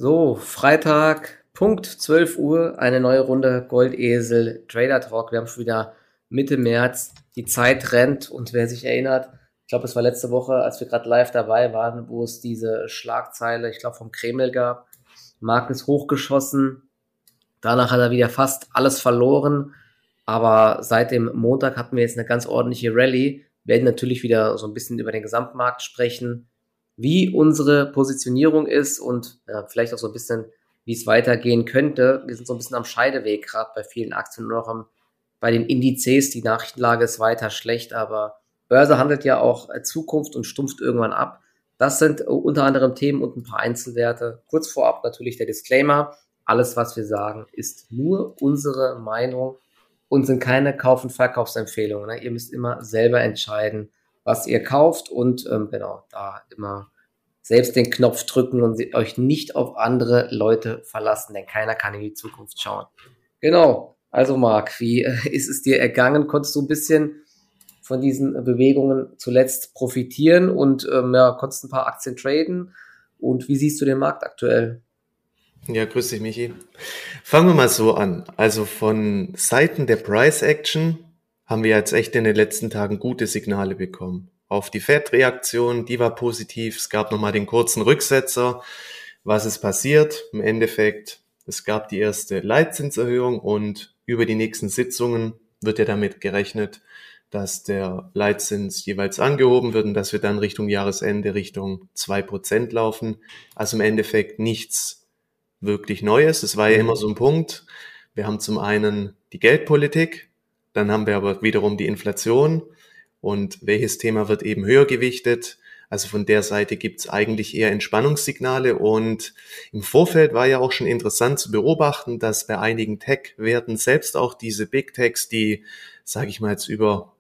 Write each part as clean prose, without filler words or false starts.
So, Freitag, Punkt 12 Uhr, eine neue Runde Goldesel Trader Talk. Wir haben schon wieder Mitte März. Die Zeit rennt und wer sich erinnert, ich glaube, es war letzte Woche, als wir gerade live dabei waren, wo es diese Schlagzeile, ich glaube, vom Kreml gab. Markt ist hochgeschossen. Danach hat er wieder fast alles verloren. Aber seit dem Montag hatten wir jetzt eine ganz ordentliche Rallye. Wir werden natürlich wieder so ein bisschen über den Gesamtmarkt sprechen, wie unsere Positionierung ist und vielleicht auch so ein bisschen, wie es weitergehen könnte. Wir sind so ein bisschen am Scheideweg, gerade bei vielen Aktien und auch bei den Indizes. Die Nachrichtenlage ist weiter schlecht, aber Börse handelt ja auch Zukunft und stumpft irgendwann ab. Das sind unter anderem Themen und ein paar Einzelwerte. Kurz vorab natürlich der Disclaimer. Alles, was wir sagen, ist nur unsere Meinung und sind keine Kauf- und Verkaufsempfehlungen. Ne? Ihr müsst immer selber entscheiden, was ihr kauft und genau, da immer selbst den Knopf drücken und euch nicht auf andere Leute verlassen, denn keiner kann in die Zukunft schauen. Genau, also Marc, wie ist es dir ergangen? Konntest du ein bisschen von diesen Bewegungen zuletzt profitieren und konntest ein paar Aktien traden? Und wie siehst du den Markt aktuell? Ja, grüß dich, Michi. Fangen wir mal so an. Also von Seiten der Price Action haben wir jetzt echt in den letzten Tagen gute Signale bekommen. Auf die Fed-Reaktion, die war positiv. Es gab nochmal den kurzen Rücksetzer. Was ist passiert? Im Endeffekt, es gab die erste Leitzinserhöhung und über die nächsten Sitzungen wird ja damit gerechnet, dass der Leitzins jeweils angehoben wird und dass wir dann Richtung Jahresende Richtung 2% laufen. Also im Endeffekt nichts wirklich Neues. Es war ja immer so ein Punkt. Wir haben zum einen die Geldpolitik, dann haben wir aber wiederum die Inflation und welches Thema wird eben höher gewichtet. Also von der Seite gibt's eigentlich eher Entspannungssignale und im Vorfeld war ja auch schon interessant zu beobachten, dass bei einigen Tech-Werten selbst auch diese Big Techs, die, sage ich mal jetzt über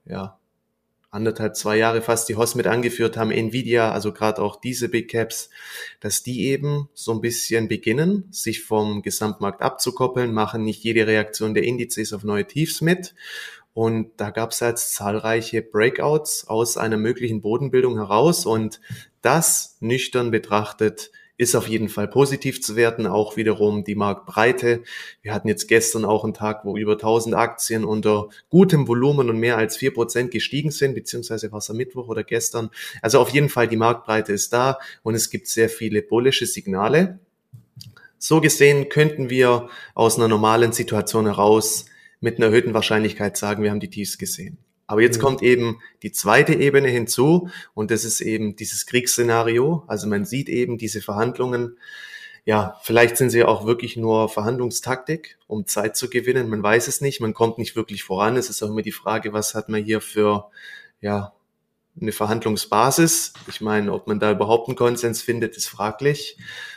2 Jahre fast die Hoss mit angeführt haben, Nvidia, also gerade auch diese Big Caps, dass die eben so ein bisschen beginnen, sich vom Gesamtmarkt abzukoppeln, machen nicht jede Reaktion der Indizes auf neue Tiefs mit. Und da gab es jetzt zahlreiche Breakouts aus einer möglichen Bodenbildung heraus. Und das nüchtern betrachtet ist auf jeden Fall positiv zu werten, auch wiederum die Marktbreite. Wir hatten jetzt gestern auch einen Tag, wo über 1000 Aktien unter gutem Volumen und mehr als 4% gestiegen sind, beziehungsweise war es am Mittwoch oder gestern. Also auf jeden Fall die Marktbreite ist da und es gibt sehr viele bullische Signale. So gesehen könnten wir aus einer normalen Situation heraus mit einer erhöhten Wahrscheinlichkeit sagen, wir haben die Tiefs gesehen. Aber jetzt kommt eben die zweite Ebene hinzu und das ist eben dieses Kriegsszenario. Also man sieht eben diese Verhandlungen. Ja, vielleicht sind sie auch wirklich nur Verhandlungstaktik, um Zeit zu gewinnen. Man weiß es nicht. Man kommt nicht wirklich voran. Es ist auch immer die Frage, was hat man hier für, ja, eine Verhandlungsbasis. Ich meine, ob man da überhaupt einen Konsens findet, ist fraglich.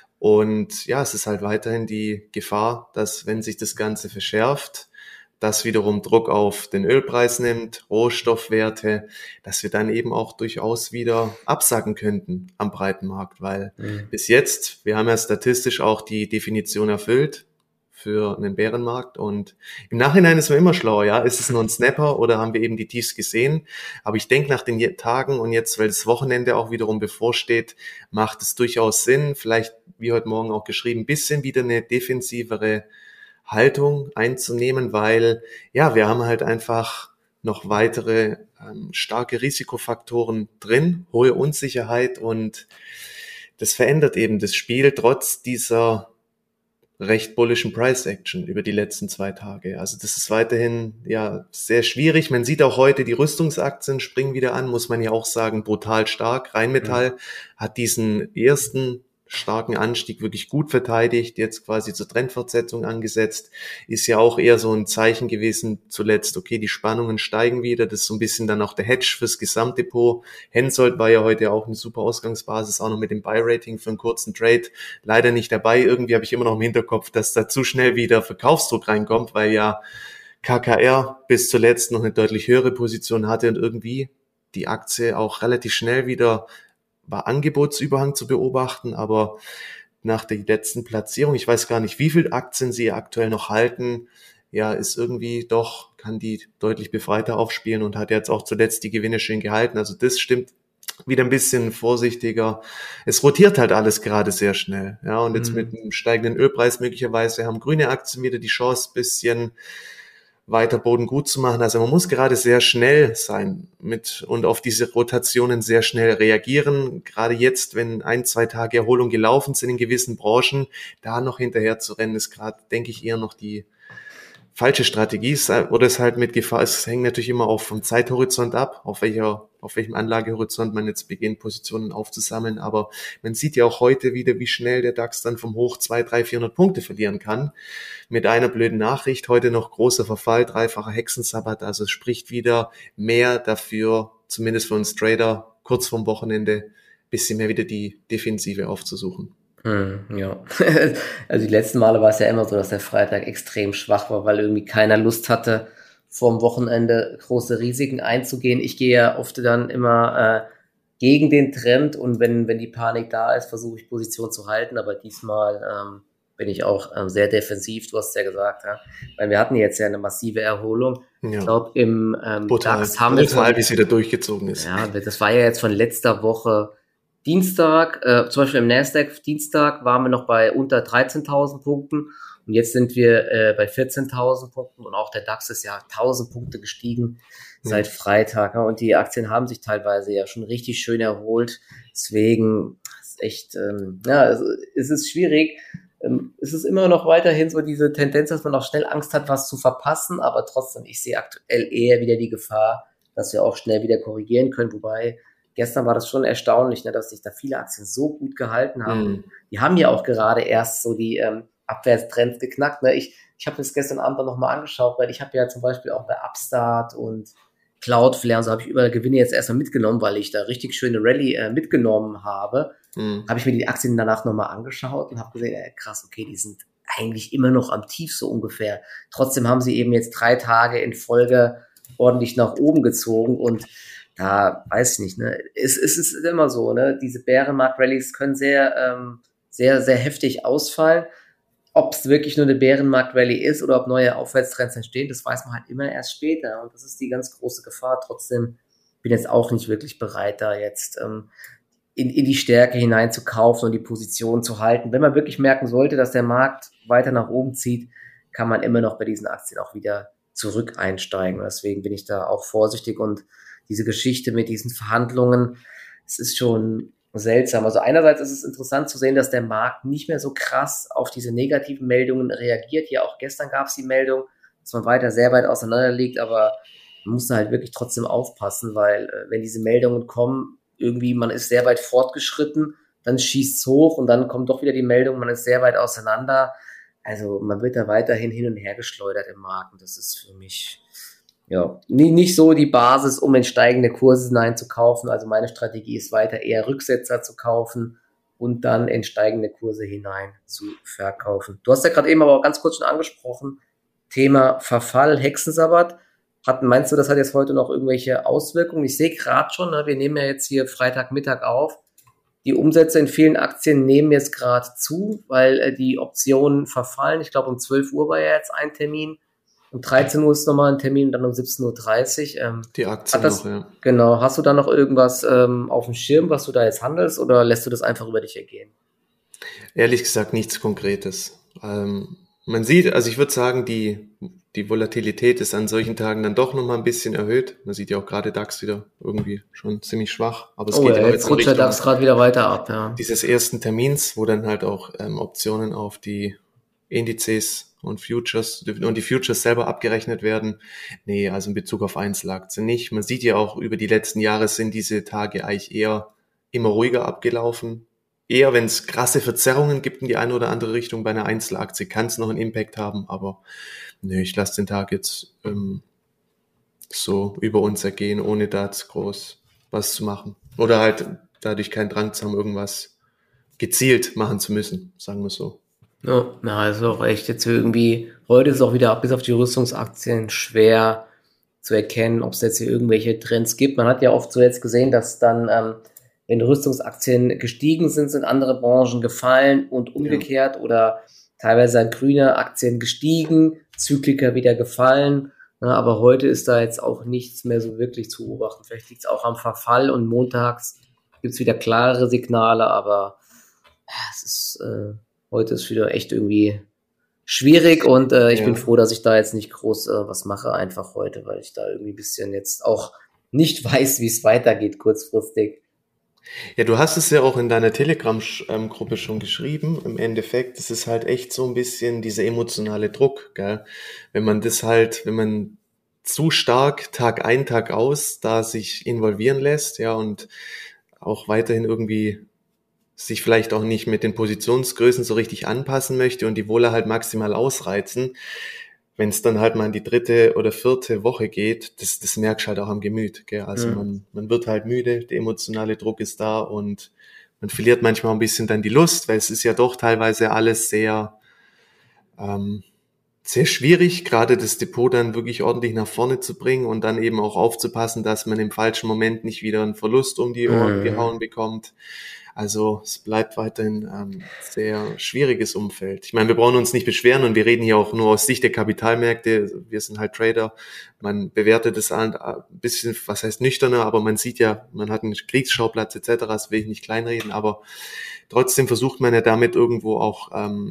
Und ja, es ist halt weiterhin die Gefahr, dass wenn sich das Ganze verschärft, das wiederum Druck auf den Ölpreis nimmt, Rohstoffwerte, dass wir dann eben auch durchaus wieder absacken könnten am breiten Markt, weil bis jetzt, wir haben ja statistisch auch die Definition erfüllt für einen Bärenmarkt und im Nachhinein ist man immer schlauer, ja, ist es nur ein Snapper oder haben wir eben die Tiefs gesehen? Aber ich denke, nach den Tagen und jetzt, weil das Wochenende auch wiederum bevorsteht, macht es durchaus Sinn, vielleicht, wie heute Morgen auch geschrieben, ein bisschen wieder eine defensivere Haltung einzunehmen, weil ja, wir haben halt einfach noch weitere starke Risikofaktoren drin, hohe Unsicherheit und das verändert eben das Spiel trotz dieser recht bullischen Price Action über die letzten 2 Tage. Also das ist weiterhin ja sehr schwierig. Man sieht auch heute, die Rüstungsaktien springen wieder an, muss man ja auch sagen, brutal stark. Rheinmetall hat diesen ersten starken Anstieg wirklich gut verteidigt, jetzt quasi zur Trendfortsetzung angesetzt, ist ja auch eher so ein Zeichen gewesen zuletzt, okay, die Spannungen steigen wieder, das ist so ein bisschen dann auch der Hedge fürs Gesamtdepot. Hensoldt war ja heute auch eine super Ausgangsbasis, auch noch mit dem Buy-Rating für einen kurzen Trade, leider nicht dabei, irgendwie habe ich immer noch im Hinterkopf, dass da zu schnell wieder Verkaufsdruck reinkommt, weil ja KKR bis zuletzt noch eine deutlich höhere Position hatte und irgendwie die Aktie auch relativ schnell wieder war Angebotsüberhang zu beobachten, aber nach der letzten Platzierung, ich weiß gar nicht, wie viele Aktien sie aktuell noch halten, ja, ist irgendwie doch, kann die deutlich befreiter aufspielen und hat jetzt auch zuletzt die Gewinne schön gehalten. Also das stimmt wieder ein bisschen vorsichtiger. Es rotiert halt alles gerade sehr schnell. Ja, und jetzt mit dem steigenden Ölpreis möglicherweise haben grüne Aktien wieder die Chance, ein bisschen weiter Boden gut zu machen. Also man muss gerade sehr schnell sein und auf diese Rotationen sehr schnell reagieren. Gerade jetzt, wenn 1, 2 Tage Erholung gelaufen sind in gewissen Branchen, da noch hinterher zu rennen, ist gerade, denke ich, eher noch die falsche Strategie oder es halt mit Gefahr. Es hängt natürlich immer auch vom Zeithorizont ab, auf welchem Anlagehorizont man jetzt beginnt, Positionen aufzusammeln. Aber man sieht ja auch heute wieder, wie schnell der DAX dann vom Hoch 200, 300, 400 Punkte verlieren kann. Mit einer blöden Nachricht, heute noch großer Verfall, 3-facher Hexensabbat. Also es spricht wieder mehr dafür, zumindest für uns Trader, kurz vorm Wochenende, bisschen mehr wieder die Defensive aufzusuchen. Ja, also die letzten Male war es ja immer so, dass der Freitag extrem schwach war, weil irgendwie keiner Lust hatte, vorm Wochenende große Risiken einzugehen. Ich gehe ja oft dann immer gegen den Trend und wenn die Panik da ist, versuche ich Position zu halten, aber diesmal bin ich auch sehr defensiv, du hast ja gesagt, ja. Weil wir hatten jetzt ja eine massive Erholung. Ja. Ich glaube, im DAX haben wir brutal, wie es wieder durchgezogen ist. Ja, das war ja jetzt von letzter Woche Dienstag, zum Beispiel im Nasdaq Dienstag waren wir noch bei unter 13.000 Punkten und jetzt sind wir bei 14.000 Punkten und auch der DAX ist ja 1.000 Punkte gestiegen seit Freitag, ja, und die Aktien haben sich teilweise ja schon richtig schön erholt, deswegen ist echt, ja, es ist schwierig. Es ist immer noch weiterhin so diese Tendenz, dass man auch schnell Angst hat, was zu verpassen, aber trotzdem, ich sehe aktuell eher wieder die Gefahr, dass wir auch schnell wieder korrigieren können, wobei gestern war das schon erstaunlich, ne, dass sich da viele Aktien so gut gehalten haben. Die haben ja auch gerade erst so die Abwärtstrends geknackt. Ne? Ich habe das gestern Abend noch mal angeschaut, weil ich habe ja zum Beispiel auch bei Upstart und Cloudflare und so habe ich überall Gewinne jetzt erstmal mitgenommen, weil ich da richtig schöne Rallye mitgenommen habe. Habe ich mir die Aktien danach nochmal angeschaut und habe gesehen, krass, okay, die sind eigentlich immer noch am Tief so ungefähr. Trotzdem haben sie eben jetzt 3 Tage in Folge ordentlich nach oben gezogen und da weiß ich nicht, ne? Es ist immer so, ne? Diese Bärenmarkt-Rallies können sehr, sehr heftig ausfallen. Ob es wirklich nur eine Bärenmarkt-Rallye ist oder ob neue Aufwärtstrends entstehen, das weiß man halt immer erst später. Und das ist die ganz große Gefahr. Trotzdem bin ich jetzt auch nicht wirklich bereit, da jetzt in die Stärke hinein zu kaufen und die Position zu halten. Wenn man wirklich merken sollte, dass der Markt weiter nach oben zieht, kann man immer noch bei diesen Aktien auch wieder zurück einsteigen. Deswegen bin ich da auch vorsichtig und diese Geschichte mit diesen Verhandlungen, es ist schon seltsam. Also einerseits ist es interessant zu sehen, dass der Markt nicht mehr so krass auf diese negativen Meldungen reagiert. Ja, auch gestern gab es die Meldung, dass man weiter sehr weit auseinander liegt, aber man muss da halt wirklich trotzdem aufpassen, weil wenn diese Meldungen kommen, irgendwie man ist sehr weit fortgeschritten, dann schießt es hoch und dann kommt doch wieder die Meldung, man ist sehr weit auseinander. Also man wird da weiterhin hin und her geschleudert im Markt und das ist für mich ja nicht so die Basis, um in steigende Kurse hineinzukaufen. Also meine Strategie ist weiter eher Rücksetzer zu kaufen und dann in steigende Kurse hinein zu verkaufen. Du hast ja gerade eben aber auch ganz kurz schon angesprochen, Thema Verfall, Hexensabbat. Meinst du, das hat jetzt heute noch irgendwelche Auswirkungen? Ich sehe gerade schon, ne, wir nehmen ja jetzt hier Freitagmittag auf. Die Umsätze in vielen Aktien nehmen jetzt gerade zu, weil die Optionen verfallen. Ich glaube, um 12 Uhr war ja jetzt ein Termin. Um 13 Uhr ist nochmal ein Termin und dann um 17.30 Uhr. Die Aktien noch, ja. Genau. Hast du da noch irgendwas auf dem Schirm, was du da jetzt handelst oder lässt du das einfach über dich ergehen? Ehrlich gesagt nichts Konkretes. Man sieht, also ich würde sagen, die Volatilität ist an solchen Tagen dann doch nochmal ein bisschen erhöht. Man sieht ja auch gerade DAX wieder irgendwie schon ziemlich schwach. Aber es geht ja, jetzt rutscht der DAX gerade wieder weiter ab. Ja. Dieses ersten Termins, wo dann halt auch Optionen auf die Indizes und die Futures selber abgerechnet werden. Nee, also in Bezug auf Einzelaktien nicht. Man sieht ja auch, über die letzten Jahre sind diese Tage eigentlich eher immer ruhiger abgelaufen. Eher, wenn es krasse Verzerrungen gibt in die eine oder andere Richtung bei einer Einzelaktie, kann es noch einen Impact haben, aber nee, ich lasse den Tag jetzt so über uns ergehen, ohne da jetzt groß was zu machen. Oder halt dadurch keinen Drang zu haben, irgendwas gezielt machen zu müssen, sagen wir so. Ja, also auch echt jetzt irgendwie, heute ist es auch wieder bis auf die Rüstungsaktien schwer zu erkennen, ob es jetzt hier irgendwelche Trends gibt. Man hat ja oft so jetzt gesehen, dass dann, wenn Rüstungsaktien gestiegen sind andere Branchen gefallen und umgekehrt oder teilweise sind grüne Aktien gestiegen, Zykliker wieder gefallen. Aber heute ist da jetzt auch nichts mehr so wirklich zu beobachten. Vielleicht liegt es auch am Verfall und montags gibt es wieder klarere Signale, aber heute ist wieder echt irgendwie schwierig und ich bin froh, dass ich da jetzt nicht groß was mache einfach heute, weil ich da irgendwie ein bisschen jetzt auch nicht weiß, wie es weitergeht kurzfristig. Ja, du hast es ja auch in deiner Telegram-Gruppe schon geschrieben. Im Endeffekt, es ist halt echt so ein bisschen dieser emotionale Druck, gell? Wenn man zu stark Tag ein, Tag aus da sich involvieren lässt, ja, und auch weiterhin irgendwie sich vielleicht auch nicht mit den Positionsgrößen so richtig anpassen möchte und die Wohler halt maximal ausreizen, wenn es dann halt mal in die dritte oder vierte Woche geht, das merkst du halt auch am Gemüt. Gell? Also man wird halt müde, der emotionale Druck ist da und man verliert manchmal ein bisschen dann die Lust, weil es ist ja doch teilweise alles ähm, sehr schwierig, gerade das Depot dann wirklich ordentlich nach vorne zu bringen und dann eben auch aufzupassen, dass man im falschen Moment nicht wieder einen Verlust um die Ohren gehauen bekommt. Also es bleibt weiterhin sehr schwieriges Umfeld. Ich meine, wir brauchen uns nicht beschweren und wir reden hier auch nur aus Sicht der Kapitalmärkte. Wir sind halt Trader. Man bewertet es ein bisschen, was heißt nüchterner, aber man sieht ja, man hat einen Kriegsschauplatz etc. Das will ich nicht kleinreden, aber trotzdem versucht man ja damit irgendwo auch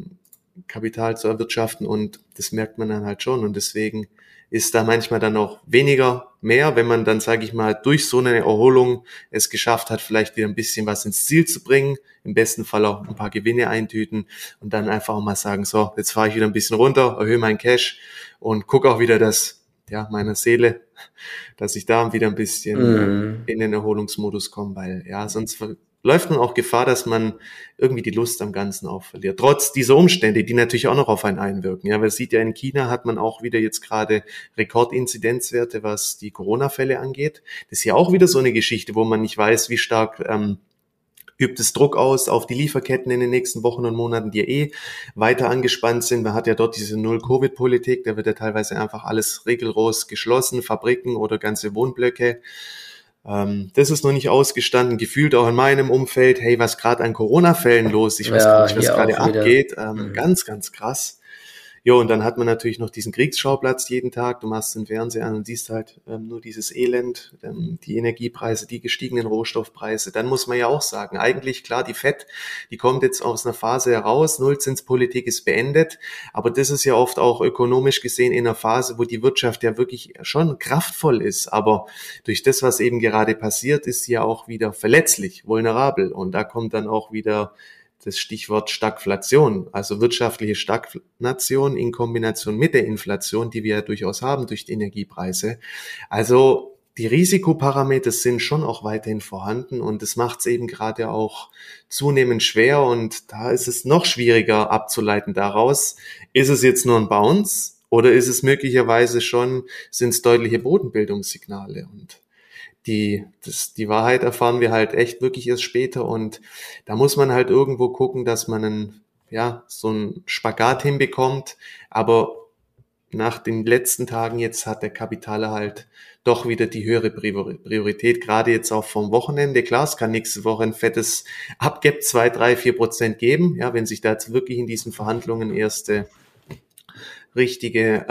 Kapital zu erwirtschaften und das merkt man dann halt schon und deswegen ist da manchmal dann auch weniger mehr, wenn man dann, sage ich mal, durch so eine Erholung es geschafft hat, vielleicht wieder ein bisschen was ins Ziel zu bringen, im besten Fall auch ein paar Gewinne eintüten und dann einfach mal sagen, so, jetzt fahre ich wieder ein bisschen runter, erhöhe mein Cash und gucke auch wieder, dass meiner Seele, dass ich da wieder ein bisschen in den Erholungsmodus komme, weil ja, sonst läuft man auch Gefahr, dass man irgendwie die Lust am Ganzen auch verliert. Trotz dieser Umstände, die natürlich auch noch auf einen einwirken. Ja, man sieht ja, in China hat man auch wieder jetzt gerade Rekordinzidenzwerte, was die Corona-Fälle angeht. Das ist ja auch wieder so eine Geschichte, wo man nicht weiß, wie stark übt es Druck aus auf die Lieferketten in den nächsten Wochen und Monaten, die ja weiter angespannt sind. Man hat ja dort diese Null-Covid-Politik, da wird ja teilweise einfach alles rigoros geschlossen, Fabriken oder ganze Wohnblöcke. Das ist noch nicht ausgestanden, gefühlt auch in meinem Umfeld, hey, was gerade an Corona-Fällen los, ich weiß gar nicht, was gerade abgeht, ganz, ganz krass. Jo, und dann hat man natürlich noch diesen Kriegsschauplatz jeden Tag. Du machst den Fernseher an und siehst halt nur dieses Elend, die Energiepreise, die gestiegenen Rohstoffpreise. Dann muss man ja auch sagen, eigentlich klar, die FED, die kommt jetzt aus einer Phase heraus, Nullzinspolitik ist beendet, aber das ist ja oft auch ökonomisch gesehen in einer Phase, wo die Wirtschaft ja wirklich schon kraftvoll ist, aber durch das, was eben gerade passiert, ist sie ja auch wieder verletzlich, vulnerabel und da kommt dann auch wieder das Stichwort Stagflation, also wirtschaftliche Stagnation in Kombination mit der Inflation, die wir ja durchaus haben durch die Energiepreise. Also die Risikoparameter sind schon auch weiterhin vorhanden und das macht es eben gerade auch zunehmend schwer und da ist es noch schwieriger abzuleiten daraus, ist es jetzt nur ein Bounce oder ist es möglicherweise schon, sind es deutliche Bodenbildungssignale und die Wahrheit erfahren wir halt echt wirklich erst später und da muss man halt irgendwo gucken, dass man so einen Spagat hinbekommt, aber nach den letzten Tagen jetzt hat der Kapitaler halt doch wieder die höhere Priorität, gerade jetzt auch vom Wochenende. Klar, es kann nächste Woche ein fettes Abgap 2, 3, 4% geben, ja, wenn sich da jetzt wirklich in diesen Verhandlungen erste richtige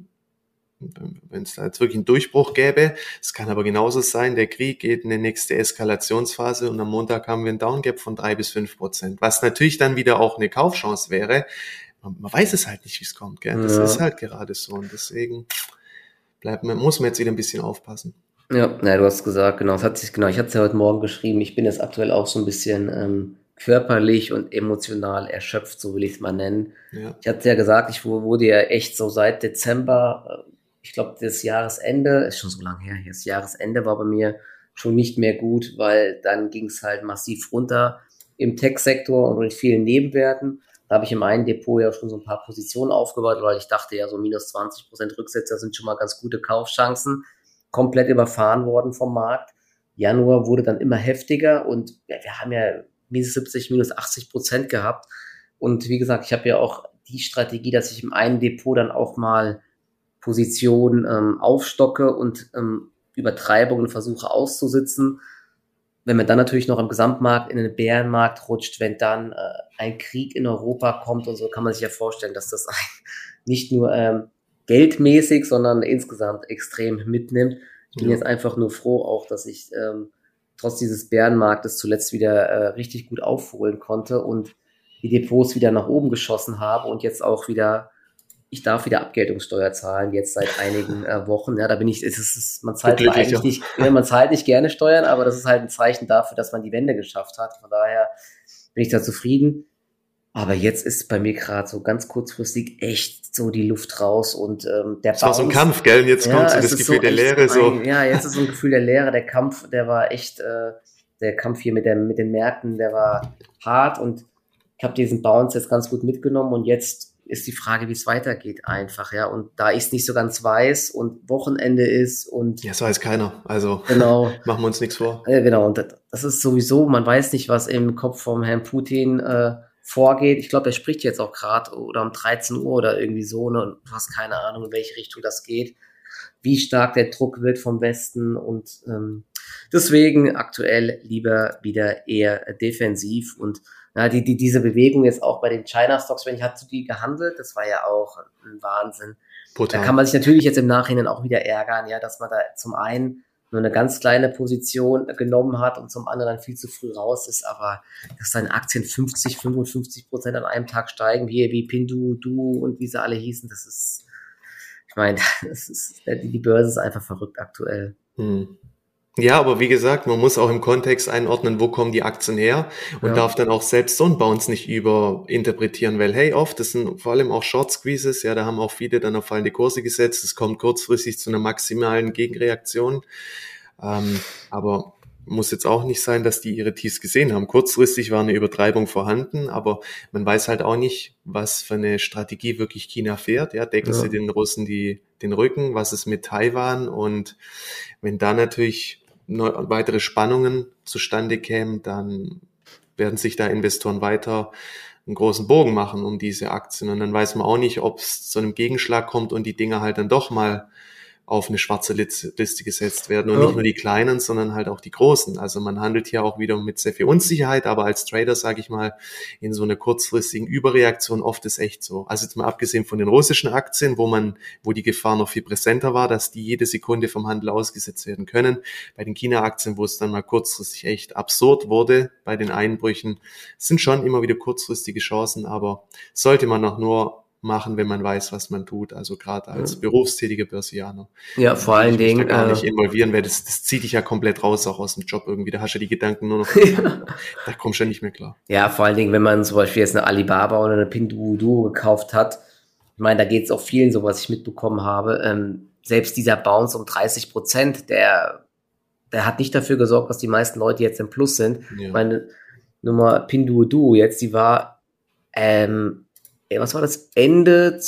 wenn es da jetzt wirklich einen Durchbruch gäbe. Es kann aber genauso sein, der Krieg geht in die nächste Eskalationsphase und am Montag haben wir ein Downgap von 3-5%, was natürlich dann wieder auch eine Kaufchance wäre. Man weiß es halt nicht, wie es kommt. Gell? Das ist halt gerade so und deswegen muss man jetzt wieder ein bisschen aufpassen. Ja, du hast gesagt, genau, ich hatte es ja heute Morgen geschrieben, ich bin jetzt aktuell auch so ein bisschen körperlich und emotional erschöpft, so will ich es mal nennen. Ja. Ich hatte ja gesagt, ich wurde ja echt so seit Dezember, ich glaube, das Jahresende, ist schon so lange her, das Jahresende war bei mir schon nicht mehr gut, weil dann ging es halt massiv runter im Tech-Sektor und in vielen Nebenwerten. Da habe ich in meinem Depot ja schon so ein paar Positionen aufgebaut, weil ich dachte ja, so minus 20% Rücksetzer sind schon mal ganz gute Kaufchancen. Komplett überfahren worden vom Markt. Januar wurde dann immer heftiger und wir haben ja minus 70, minus 80% gehabt. Und wie gesagt, ich habe ja auch die Strategie, dass ich im einen Depot dann auch mal Positionen aufstocke und Übertreibungen versuche auszusitzen. Wenn man dann natürlich noch am Gesamtmarkt in einen Bärenmarkt rutscht, wenn dann ein Krieg in Europa kommt und so, kann man sich ja vorstellen, dass das nicht nur geldmäßig, sondern insgesamt extrem mitnimmt. Ich bin jetzt einfach nur froh auch, dass ich trotz dieses Bärenmarktes zuletzt wieder richtig gut aufholen konnte und die Depots wieder nach oben geschossen habe und jetzt auch wieder, ich darf wieder Abgeltungssteuer zahlen, jetzt seit einigen Wochen. Ja, da bin ich, man zahlt zwar eigentlich nicht, ja, man zahlt nicht gerne Steuern, aber das ist halt ein Zeichen dafür, dass man die Wende geschafft hat. Von daher bin ich da zufrieden. Aber jetzt ist bei mir gerade so ganz kurzfristig echt so die Luft raus und der Es war so ein Kampf, gell? Und jetzt kommt so das Gefühl der Leere. Ja, jetzt ist so ein Gefühl der Leere. Der Kampf, der war echt, der Kampf hier mit den Märkten, der war hart und ich habe diesen Bounce jetzt ganz gut mitgenommen und jetzt ist die Frage, wie es weitergeht einfach, ja. Und da ich es nicht so ganz weiß und Wochenende ist und ja, das weiß keiner. Also genau, machen wir uns nichts vor. Ja, genau. Und das ist sowieso, man weiß nicht, was im Kopf vom Herrn Putin vorgeht. Ich glaube, er spricht jetzt auch gerade oder um 13 Uhr oder irgendwie so, ne? Und du hast keine Ahnung, in welche Richtung das geht, wie stark der Druck wird vom Westen und deswegen aktuell lieber wieder eher defensiv und ja, diese Bewegung jetzt auch bei den China-Stocks, wenn ich hatte die gehandelt, das war ja auch ein Wahnsinn. Total. Da kann man sich natürlich jetzt im Nachhinein auch wieder ärgern, ja, dass man da zum einen nur eine ganz kleine Position genommen hat und zum anderen dann viel zu früh raus ist, aber dass deine Aktien 50-55% an einem Tag steigen, wie Pinduoduo und wie sie alle hießen, das ist, ich meine, die Börse ist einfach verrückt aktuell. Ja, aber wie gesagt, man muss auch im Kontext einordnen, wo kommen die Aktien her und darf dann auch selbst so einen Bounce nicht überinterpretieren, weil hey, oft, das sind vor allem auch Short Squeezes, ja, da haben auch viele dann auf fallende Kurse gesetzt, es kommt kurzfristig zu einer maximalen Gegenreaktion, aber muss jetzt auch nicht sein, dass die ihre Tiefs gesehen haben. Kurzfristig war eine Übertreibung vorhanden, aber man weiß halt auch nicht, was für eine Strategie wirklich China fährt. Ja, decken sie den Russen den Rücken, was ist mit Taiwan und wenn da natürlich weitere Spannungen zustande kämen, dann werden sich da Investoren weiter einen großen Bogen machen um diese Aktien und dann weiß man auch nicht, ob es zu einem Gegenschlag kommt und die Dinger halt dann doch mal auf eine schwarze Liste gesetzt werden und nicht nur die kleinen, sondern halt auch die großen. Also man handelt hier auch wieder mit sehr viel Unsicherheit, aber als Trader, sage ich mal, in so einer kurzfristigen Überreaktion oft ist echt so. Also jetzt mal abgesehen von den russischen Aktien, wo die Gefahr noch viel präsenter war, dass die jede Sekunde vom Handel ausgesetzt werden können. Bei den China-Aktien, wo es dann mal kurzfristig echt absurd wurde bei den Einbrüchen, sind schon immer wieder kurzfristige Chancen, aber sollte man auch nur machen, wenn man weiß, was man tut. Also gerade als berufstätiger Börsianer. Ja, vor allen Dingen. Da gar nicht involvieren, weil das zieht dich ja komplett raus, auch aus dem Job irgendwie. Da hast du die Gedanken nur noch, da kommst du ja nicht mehr klar. Ja, vor allen Dingen, wenn man zum Beispiel jetzt eine Alibaba oder eine Pinduoduo gekauft hat. Ich meine, da geht es auch vielen so, was ich mitbekommen habe. Selbst dieser Bounce um 30%, der hat nicht dafür gesorgt, dass die meisten Leute jetzt im Plus sind. Ja. Ich meine, Nummer Pinduoduo jetzt, die war, was war das? Ende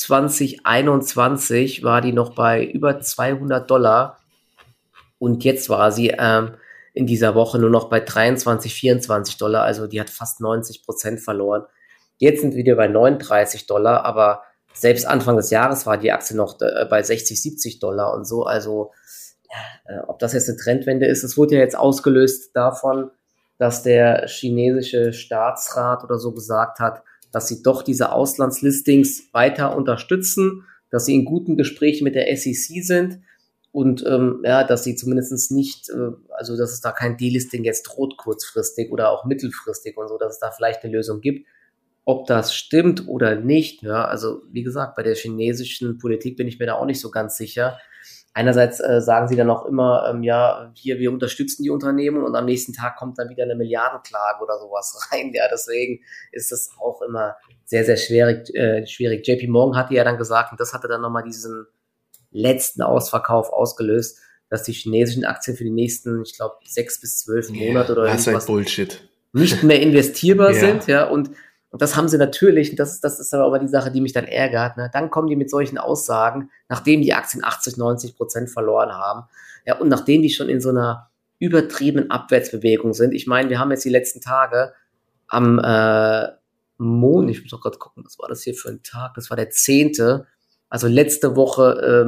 2021 war die noch bei über $200 und jetzt war sie in dieser Woche nur noch bei $23-24, also die hat fast 90% verloren. Jetzt sind wir wieder bei $39, aber selbst Anfang des Jahres war die Aktie noch bei $60-70 und so, also ob das jetzt eine Trendwende ist, es wurde ja jetzt ausgelöst davon, dass der chinesische Staatsrat oder so gesagt hat, dass sie doch diese Auslandslistings weiter unterstützen, dass sie in guten Gesprächen mit der SEC sind und dass sie zumindest nicht, also dass es da kein Delisting jetzt droht kurzfristig oder auch mittelfristig und so, dass es da vielleicht eine Lösung gibt. Ob das stimmt oder nicht, ja, also wie gesagt, bei der chinesischen Politik bin ich mir da auch nicht so ganz sicher. Einerseits sagen sie dann auch immer, wir unterstützen die Unternehmen und am nächsten Tag kommt dann wieder eine Milliardenklage oder sowas rein. Ja, deswegen ist das auch immer sehr, sehr schwierig. JP Morgan hatte ja dann gesagt, und das hatte dann nochmal diesen letzten Ausverkauf ausgelöst, dass die chinesischen Aktien für die nächsten, ich glaube, 6 bis 12 Monate oder irgendwas halt Bullshit. Nicht mehr investierbar sind, ja, und das haben sie natürlich, und das ist aber auch immer die Sache, die mich dann ärgert, ne? Dann kommen die mit solchen Aussagen, nachdem die Aktien 80-90% verloren haben, ja, und nachdem die schon in so einer übertriebenen Abwärtsbewegung sind. Ich meine, wir haben jetzt die letzten Tage am Montag, ich muss doch gerade gucken, was war das hier für ein Tag? Das war der 10., also letzte Woche,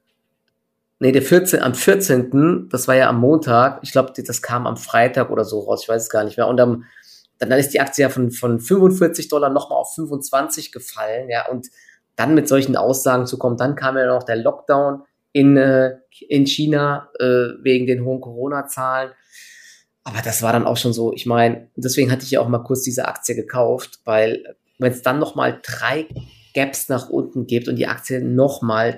am 14., das war ja am Montag, ich glaube, das kam am Freitag oder so raus, ich weiß es gar nicht mehr, und dann ist die Aktie ja von $45 nochmal auf 25 gefallen, ja, und dann mit solchen Aussagen zu kommen, dann kam ja noch der Lockdown in China wegen den hohen Corona-Zahlen. Aber das war dann auch schon so, ich meine, deswegen hatte ich ja auch mal kurz diese Aktie gekauft, weil wenn es dann nochmal 3 Gaps nach unten gibt und die Aktien nochmal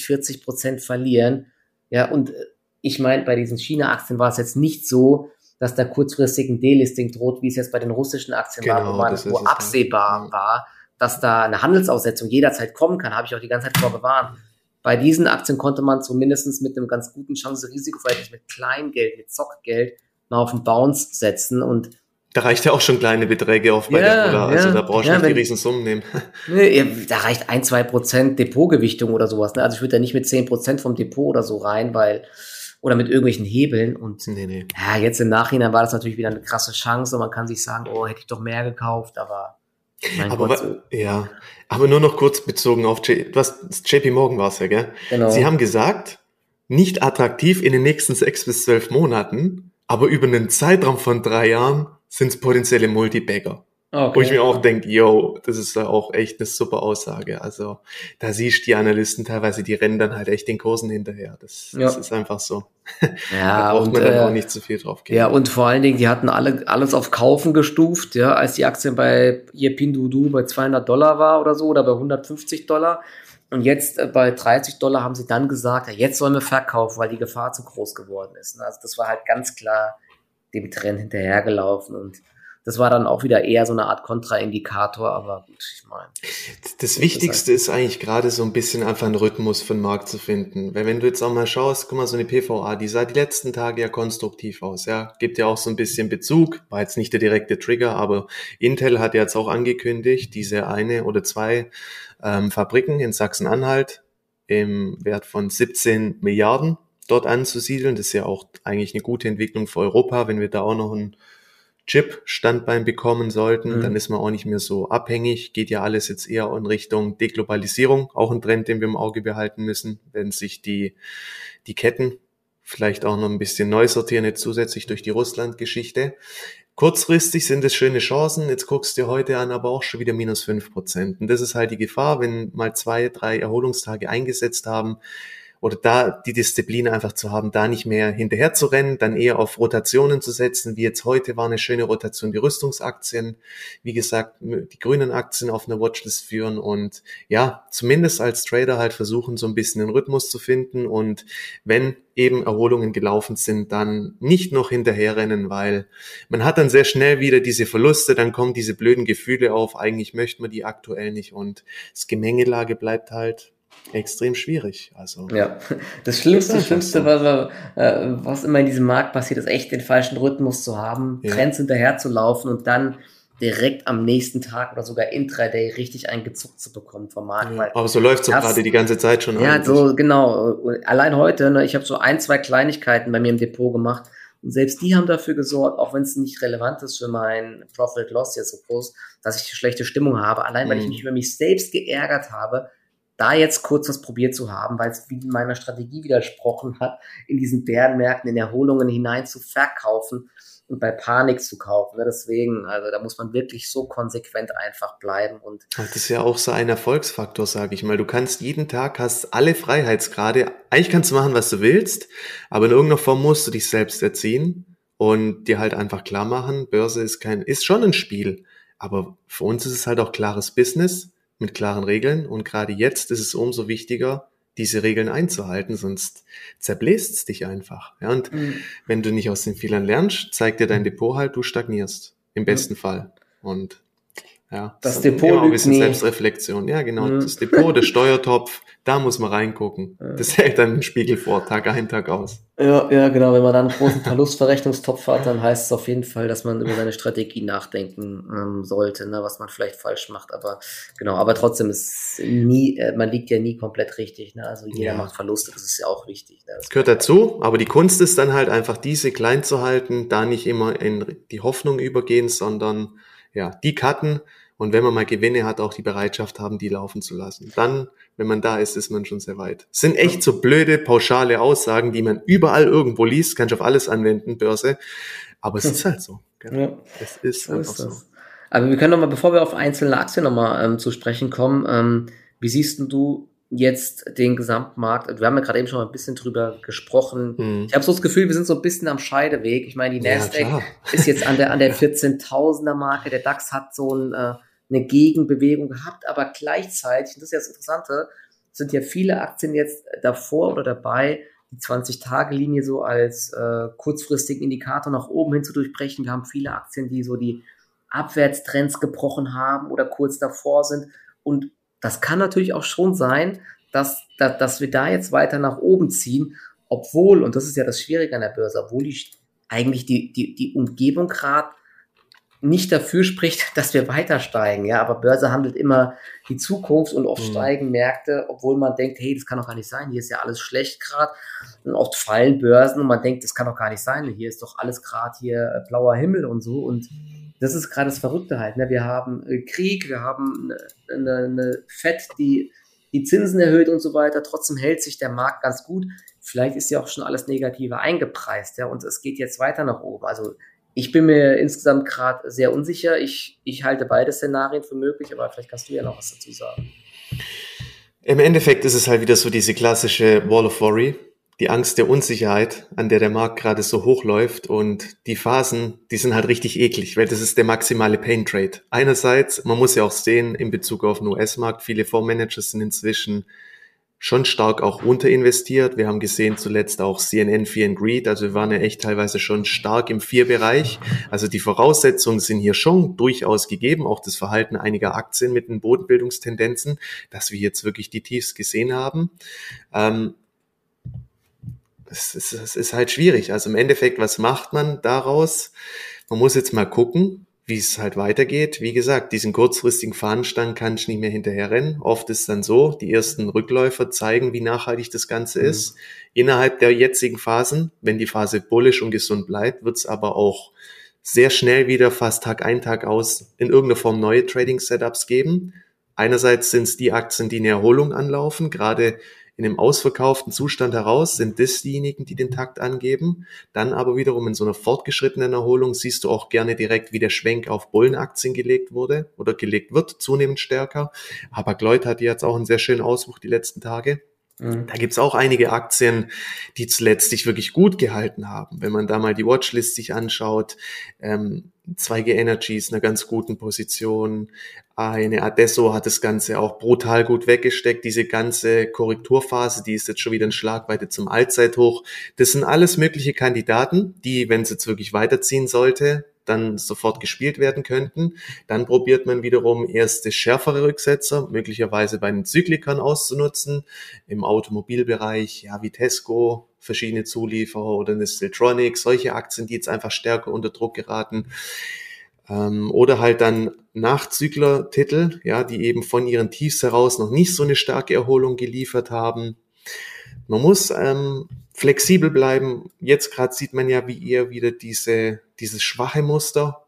30-40% verlieren, ja, und ich meine, bei diesen China-Aktien war es jetzt nicht so, dass da kurzfristig ein Delisting droht, wie es jetzt bei den russischen Aktien war, Genau, das wo ist es dann. absehbar Ja. war, dass da eine Handelsaussetzung jederzeit kommen kann, habe ich auch die ganze Zeit vorgewarnt. Bei diesen Aktien konnte man zumindest mit einem ganz guten Chance-Risiko-Verhältnis, mit Kleingeld, mit Zockgeld, mal auf den Bounce setzen und Da reicht ja auch schon kleine Beträge auf bei der ja, Bulla, also da ja, brauchst du ja, nicht die wenn, Riesensummen nehmen. ne, ja, da reicht 1-2% Depotgewichtung oder sowas, ne? Also ich würde da nicht mit 10% vom Depot oder so rein, weil, oder mit irgendwelchen Hebeln und Nee, nee. ja, jetzt im Nachhinein war das natürlich wieder eine krasse Chance und man kann sich sagen, oh, hätte ich doch mehr gekauft, aber mein Aber Gott, so, ja, aber nur noch kurz bezogen auf JP Morgan war es ja, gell? Sie haben genau. gesagt, nicht attraktiv in den nächsten 6 bis 12 Monaten, aber über einen Zeitraum von 3 Jahren sind es potenzielle Multibagger. Wo ich Okay, mir auch denke, yo, das ist ja auch echt eine super Aussage. Also da siehst du die Analysten teilweise, die rennen dann halt echt den Kursen hinterher. Das ja. ist einfach so. Da Ja, braucht man dann auch nicht zu viel drauf gehen. ja, und vor allen Dingen, die hatten alles auf Kaufen gestuft, ja, als die Aktien bei ihr Pinduoduo bei $200 war oder so oder bei $150. Und jetzt bei $30 haben sie dann gesagt, ja, jetzt sollen wir verkaufen, weil die Gefahr zu groß geworden ist. Ne? Also das war halt ganz klar dem Trend hinterhergelaufen und das war dann auch wieder eher so eine Art Kontraindikator, aber gut, ich meine, Das so ist es halt. Wichtigste ist eigentlich gerade so ein bisschen einfach einen Rhythmus für den Markt zu finden. Weil wenn du jetzt auch mal schaust, guck mal, so eine PVA, die sah die letzten Tage ja konstruktiv aus, ja. Gibt ja auch so ein bisschen Bezug, war jetzt nicht der direkte Trigger, aber Intel hat ja jetzt auch angekündigt, diese eine oder zwei Fabriken in Sachsen-Anhalt im Wert von 17 Milliarden dort anzusiedeln. Das ist ja auch eigentlich eine gute Entwicklung für Europa, wenn wir da auch noch ein Chip-Standbein bekommen sollten, dann Mhm. ist man auch nicht mehr so abhängig. Geht ja alles jetzt eher in Richtung Deglobalisierung, auch ein Trend, den wir im Auge behalten müssen, wenn sich die Ketten vielleicht auch noch ein bisschen neu sortieren, jetzt zusätzlich durch die Russland-Geschichte. Kurzfristig sind es schöne Chancen, jetzt guckst du dir heute an, aber auch schon wieder -5%. Und das ist halt die Gefahr, wenn mal 2, 3 Erholungstage eingesetzt haben, oder da die Disziplin einfach zu haben, da nicht mehr hinterher zu rennen, dann eher auf Rotationen zu setzen, wie jetzt heute war eine schöne Rotation, die Rüstungsaktien, wie gesagt, die grünen Aktien auf einer Watchlist führen und ja, zumindest als Trader halt versuchen, so ein bisschen den Rhythmus zu finden und wenn eben Erholungen gelaufen sind, dann nicht noch hinterherrennen, weil man hat dann sehr schnell wieder diese Verluste, dann kommen diese blöden Gefühle auf, eigentlich möchte man die aktuell nicht und das Gemengelage bleibt halt extrem schwierig. Also Ja, das ist Schlimmste, einfach Schlimmste, so. was immer in diesem Markt passiert, ist echt den falschen Rhythmus zu haben, Ja. Trends hinterher zu laufen und dann direkt am nächsten Tag oder sogar Intraday richtig einen gezuckt zu bekommen vom Markt, Ja. weil Aber so läuft's doch gerade das, die ganze Zeit schon ja, eigentlich. so genau, allein heute, ne, ich habe so 1-2 Kleinigkeiten bei mir im Depot gemacht und selbst die haben dafür gesorgt, auch wenn es nicht relevant ist für mein Profit Loss jetzt so groß, dass ich schlechte Stimmung habe, allein weil ich mich Hm. über mich selbst geärgert habe, da jetzt kurz was probiert zu haben, weil es wie meiner Strategie widersprochen hat, in diesen Bärenmärkten, in Erholungen hinein zu verkaufen und bei Panik zu kaufen. Ne? Deswegen, also da muss man wirklich so konsequent einfach bleiben und Das ist ja auch so ein Erfolgsfaktor, sage ich mal. Du kannst jeden Tag, hast alle Freiheitsgrade. Eigentlich kannst du machen, was du willst, aber in irgendeiner Form musst du dich selbst erziehen und dir halt einfach klar machen, Börse ist schon ein Spiel. Aber für uns ist es halt auch klares Business mit klaren Regeln und gerade jetzt ist es umso wichtiger, diese Regeln einzuhalten, sonst zerbläst es dich einfach. Ja, und mm, wenn du nicht aus den Fehlern lernst, zeigt dir dein Depot halt, du stagnierst. Im besten mm, Fall. Und ja, das sondern Depot immer auch ein lügt bisschen nie. Selbstreflexion. Ja, genau. Mm, Das Depot, der Steuertopf, da muss man reingucken. Das hält dann den Spiegel vor, Tag ein, Tag aus. ja, ja, genau. Wenn man dann einen großen Verlustverrechnungstopf hat, dann heißt es auf jeden Fall, dass man über seine Strategie nachdenken sollte, ne, was man vielleicht falsch macht. Aber genau, aber trotzdem ist nie, man liegt ja nie komplett richtig. Ne? Also jeder Ja, macht Verluste, das ist ja auch wichtig. Ne? Das gehört merkt man. dazu. Aber die Kunst ist dann halt einfach, diese klein zu halten, da nicht immer in die Hoffnung übergehen, sondern ja, die cutten. Und wenn man mal Gewinne hat, auch die Bereitschaft haben, die laufen zu lassen. Dann, wenn man da ist man schon sehr weit. Es sind echt so blöde, pauschale Aussagen, die man überall irgendwo liest, kannst du auf alles anwenden, Börse. Aber es ist halt so. Gell? Ja, Es ist so einfach ist so. das. Aber wir können noch mal, bevor wir auf einzelne Aktien noch mal zu sprechen kommen, wie siehst denn du jetzt den Gesamtmarkt, wir haben ja gerade eben schon mal ein bisschen drüber gesprochen. Ich habe so das Gefühl, wir sind so ein bisschen am Scheideweg. Ich meine, die Nasdaq ist jetzt an der 14.000er Marke. Der DAX hat so eine Gegenbewegung gehabt, aber gleichzeitig, und das ist ja das Interessante, sind ja viele Aktien jetzt davor oder dabei, die 20-Tage-Linie so als kurzfristigen Indikator nach oben hin zu durchbrechen. Wir haben viele Aktien, die so die Abwärtstrends gebrochen haben oder kurz davor sind. Und das kann natürlich auch schon sein, dass wir da jetzt weiter nach oben ziehen, obwohl, und das ist ja das Schwierige an der Börse, obwohl eigentlich die Umgebung gerade nicht dafür spricht, dass wir weiter steigen. Ja, aber Börse handelt immer die Zukunft und oft steigen Märkte, obwohl man denkt, hey, das kann doch gar nicht sein, hier ist ja alles schlecht gerade. Und oft fallen Börsen und man denkt, das kann doch gar nicht sein, hier ist doch alles gerade hier blauer Himmel und so. Und das ist gerade das Verrückte halt. Ne? Wir haben Krieg, wir haben eine Fed, die Zinsen erhöht und so weiter. Trotzdem hält sich der Markt ganz gut. Vielleicht ist ja auch schon alles Negative eingepreist, ja, und es geht jetzt weiter nach oben. Also ich bin mir insgesamt gerade sehr unsicher. Ich halte beide Szenarien für möglich, aber vielleicht kannst du ja noch was dazu sagen. Im Endeffekt ist es halt wieder so diese klassische Wall of Worry, die Angst der Unsicherheit, an der Markt gerade so hochläuft, und die Phasen, die sind halt richtig eklig, weil das ist der maximale Pain Trade. Einerseits, man muss ja auch sehen, in Bezug auf den US-Markt, viele Fondsmanager sind inzwischen schon stark auch unterinvestiert. Wir haben gesehen zuletzt auch CNN Fear and Greed, also wir waren ja echt teilweise schon stark im Fear-Bereich. Also die Voraussetzungen sind hier schon durchaus gegeben, auch das Verhalten einiger Aktien mit den Bodenbildungstendenzen, dass wir jetzt wirklich die Tiefs gesehen haben. Es ist halt schwierig. Also im Endeffekt, was macht man daraus? Man muss jetzt mal gucken, wie es halt weitergeht. Wie gesagt, diesen kurzfristigen Fahnenstand kann ich nicht mehr hinterherrennen. Oft ist dann so, die ersten Rückläufer zeigen, wie nachhaltig das Ganze ist. Innerhalb der jetzigen Phasen, wenn die Phase bullish und gesund bleibt, wird es aber auch sehr schnell wieder fast Tag ein, Tag aus in irgendeiner Form neue Trading-Setups geben. Einerseits sind es die Aktien, die eine Erholung anlaufen, gerade in einem ausverkauften Zustand heraus sind das diejenigen, die den Takt angeben. Dann aber wiederum in so einer fortgeschrittenen Erholung siehst du auch gerne direkt, wie der Schwenk auf Bullenaktien gelegt wurde oder gelegt wird, zunehmend stärker. Hapag-Lloyd hat jetzt auch einen sehr schönen Ausbruch die letzten Tage. Da gibt's auch einige Aktien, die zuletzt sich wirklich gut gehalten haben. Wenn man da mal die Watchlist sich anschaut, 2G Energy ist in einer ganz guten Position. Eine Adesso hat das Ganze auch brutal gut weggesteckt. Diese ganze Korrekturphase, die ist jetzt schon wieder in Schlagweite zum Allzeithoch. Das sind alles mögliche Kandidaten, die, wenn es jetzt wirklich weiterziehen sollte, dann sofort gespielt werden könnten. Dann probiert man wiederum erste schärfere Rücksetzer, möglicherweise bei den Zyklikern auszunutzen. Im Automobilbereich, ja, wie Tesco, verschiedene Zulieferer oder eine Siltronic, solche Aktien, die jetzt einfach stärker unter Druck geraten. Oder halt dann Nachzügler-Titel, ja, die eben von ihren Tiefs heraus noch nicht so eine starke Erholung geliefert haben. Man muss flexibel bleiben. Jetzt gerade sieht man ja, wie eher wieder dieses schwache Muster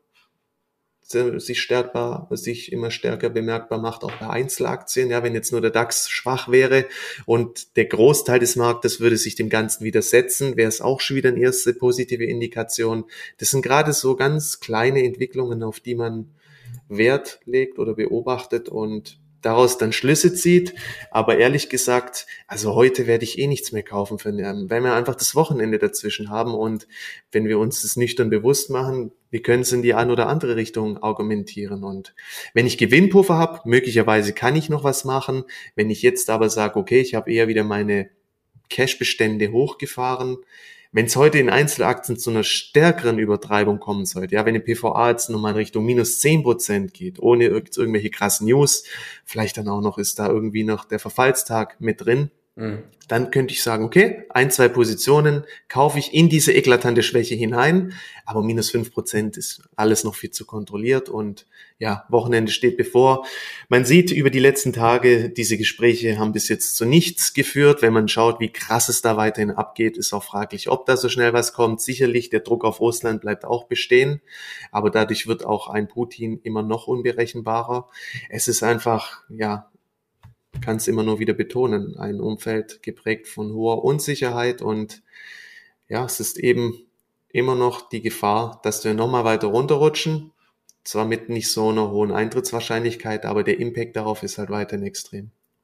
sich immer stärker bemerkbar macht, auch bei Einzelaktien. Ja, wenn jetzt nur der DAX schwach wäre und der Großteil des Marktes würde sich dem Ganzen widersetzen, wäre es auch schon wieder eine erste positive Indikation. Das sind gerade so ganz kleine Entwicklungen, auf die man Wert legt oder beobachtet und daraus dann Schlüsse zieht. Aber ehrlich gesagt, also heute werde ich nichts mehr kaufen, weil wir einfach das Wochenende dazwischen haben, und wenn wir uns das nüchtern bewusst machen, wir können es in die eine oder andere Richtung argumentieren, und wenn ich Gewinnpuffer habe, möglicherweise kann ich noch was machen. Wenn ich jetzt aber sage, okay, ich habe eher wieder meine Cash-Bestände hochgefahren, wenn es heute in Einzelaktien zu einer stärkeren Übertreibung kommen sollte, ja, wenn die PVA jetzt nochmal in Richtung minus 10% geht, ohne irgendwelche krassen News, vielleicht dann auch noch ist da irgendwie noch der Verfallstag mit drin, dann könnte ich sagen, okay, 1, 2 Positionen kaufe ich in diese eklatante Schwäche hinein, aber minus 5% ist alles noch viel zu kontrolliert, und ja, Wochenende steht bevor. Man sieht über die letzten Tage, diese Gespräche haben bis jetzt zu nichts geführt. Wenn man schaut, wie krass es da weiterhin abgeht, ist auch fraglich, ob da so schnell was kommt. Sicherlich, der Druck auf Russland bleibt auch bestehen, aber dadurch wird auch ein Putin immer noch unberechenbarer. Es ist einfach, ja, kann es immer nur wieder betonen, ein Umfeld geprägt von hoher Unsicherheit, und ja, es ist eben immer noch die Gefahr, dass wir nochmal weiter runterrutschen, zwar mit nicht so einer hohen Eintrittswahrscheinlichkeit, aber der Impact darauf ist halt weiterhin extrem.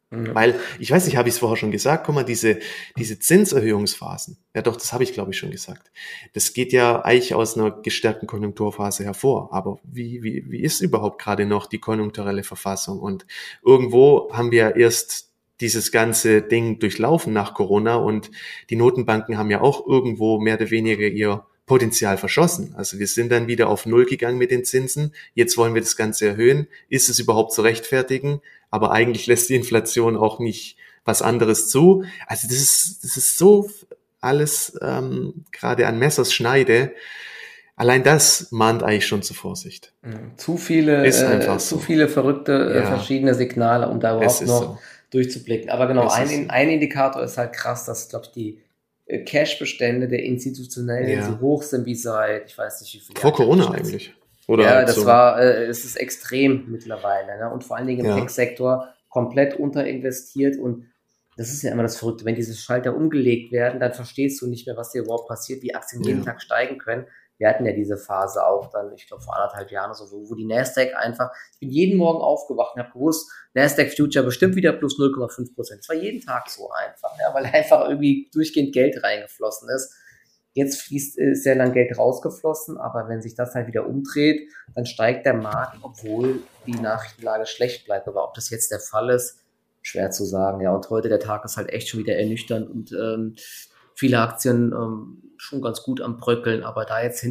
Mhm. Weil, ich weiß nicht, habe ich es vorher schon gesagt, guck mal, diese Zinserhöhungsphasen, ja doch, das habe ich glaube ich schon gesagt, das geht ja eigentlich aus einer gestärkten Konjunkturphase hervor, aber wie ist überhaupt gerade noch die konjunkturelle Verfassung? Und irgendwo haben wir ja erst dieses ganze Ding durchlaufen nach Corona und die Notenbanken haben ja auch irgendwo mehr oder weniger ihr Potenzial verschossen. Also wir sind dann wieder auf Null gegangen mit den Zinsen. Jetzt wollen wir das Ganze erhöhen. Ist es überhaupt zu rechtfertigen? Aber eigentlich lässt die Inflation auch nicht was anderes zu. Also das ist so alles gerade an Messers Schneide. Allein das mahnt eigentlich schon zur Vorsicht. Mhm. Ist einfach Zu so. viele verrückte Ja, verschiedene Signale, um da es überhaupt ist noch so. durchzublicken. Aber genau, Es ist so. ein Indikator ist halt krass, dass, glaube ich, die Cash-Bestände der Institutionellen so Ja. hoch sind wie seit, ich weiß nicht wie viele Vor Jahren, ich habe nicht Corona schätzen. eigentlich. Oder Ja, halt so. es ist extrem mittlerweile, ne? Und vor allen Dingen im Ja. Tech-Sektor komplett unterinvestiert und das ist ja immer das Verrückte. Wenn diese Schalter umgelegt werden, dann verstehst du nicht mehr, was hier überhaupt passiert, wie Aktien jeden Ja. Tag steigen können. Wir hatten ja diese Phase auch dann, ich glaube, vor 1,5 Jahren oder so, wo die Nasdaq einfach, ich bin jeden Morgen aufgewacht und habe gewusst, Nasdaq Future bestimmt wieder plus 0,5%. Es war jeden Tag so einfach, ja, weil einfach irgendwie durchgehend Geld reingeflossen ist. Jetzt fließt sehr lang Geld rausgeflossen, aber wenn sich das halt wieder umdreht, dann steigt der Markt, obwohl die Nachrichtenlage schlecht bleibt. Aber ob das jetzt der Fall ist, schwer zu sagen. Ja, und heute der Tag ist halt echt schon wieder ernüchternd und viele Aktien schon ganz gut am Bröckeln, aber da jetzt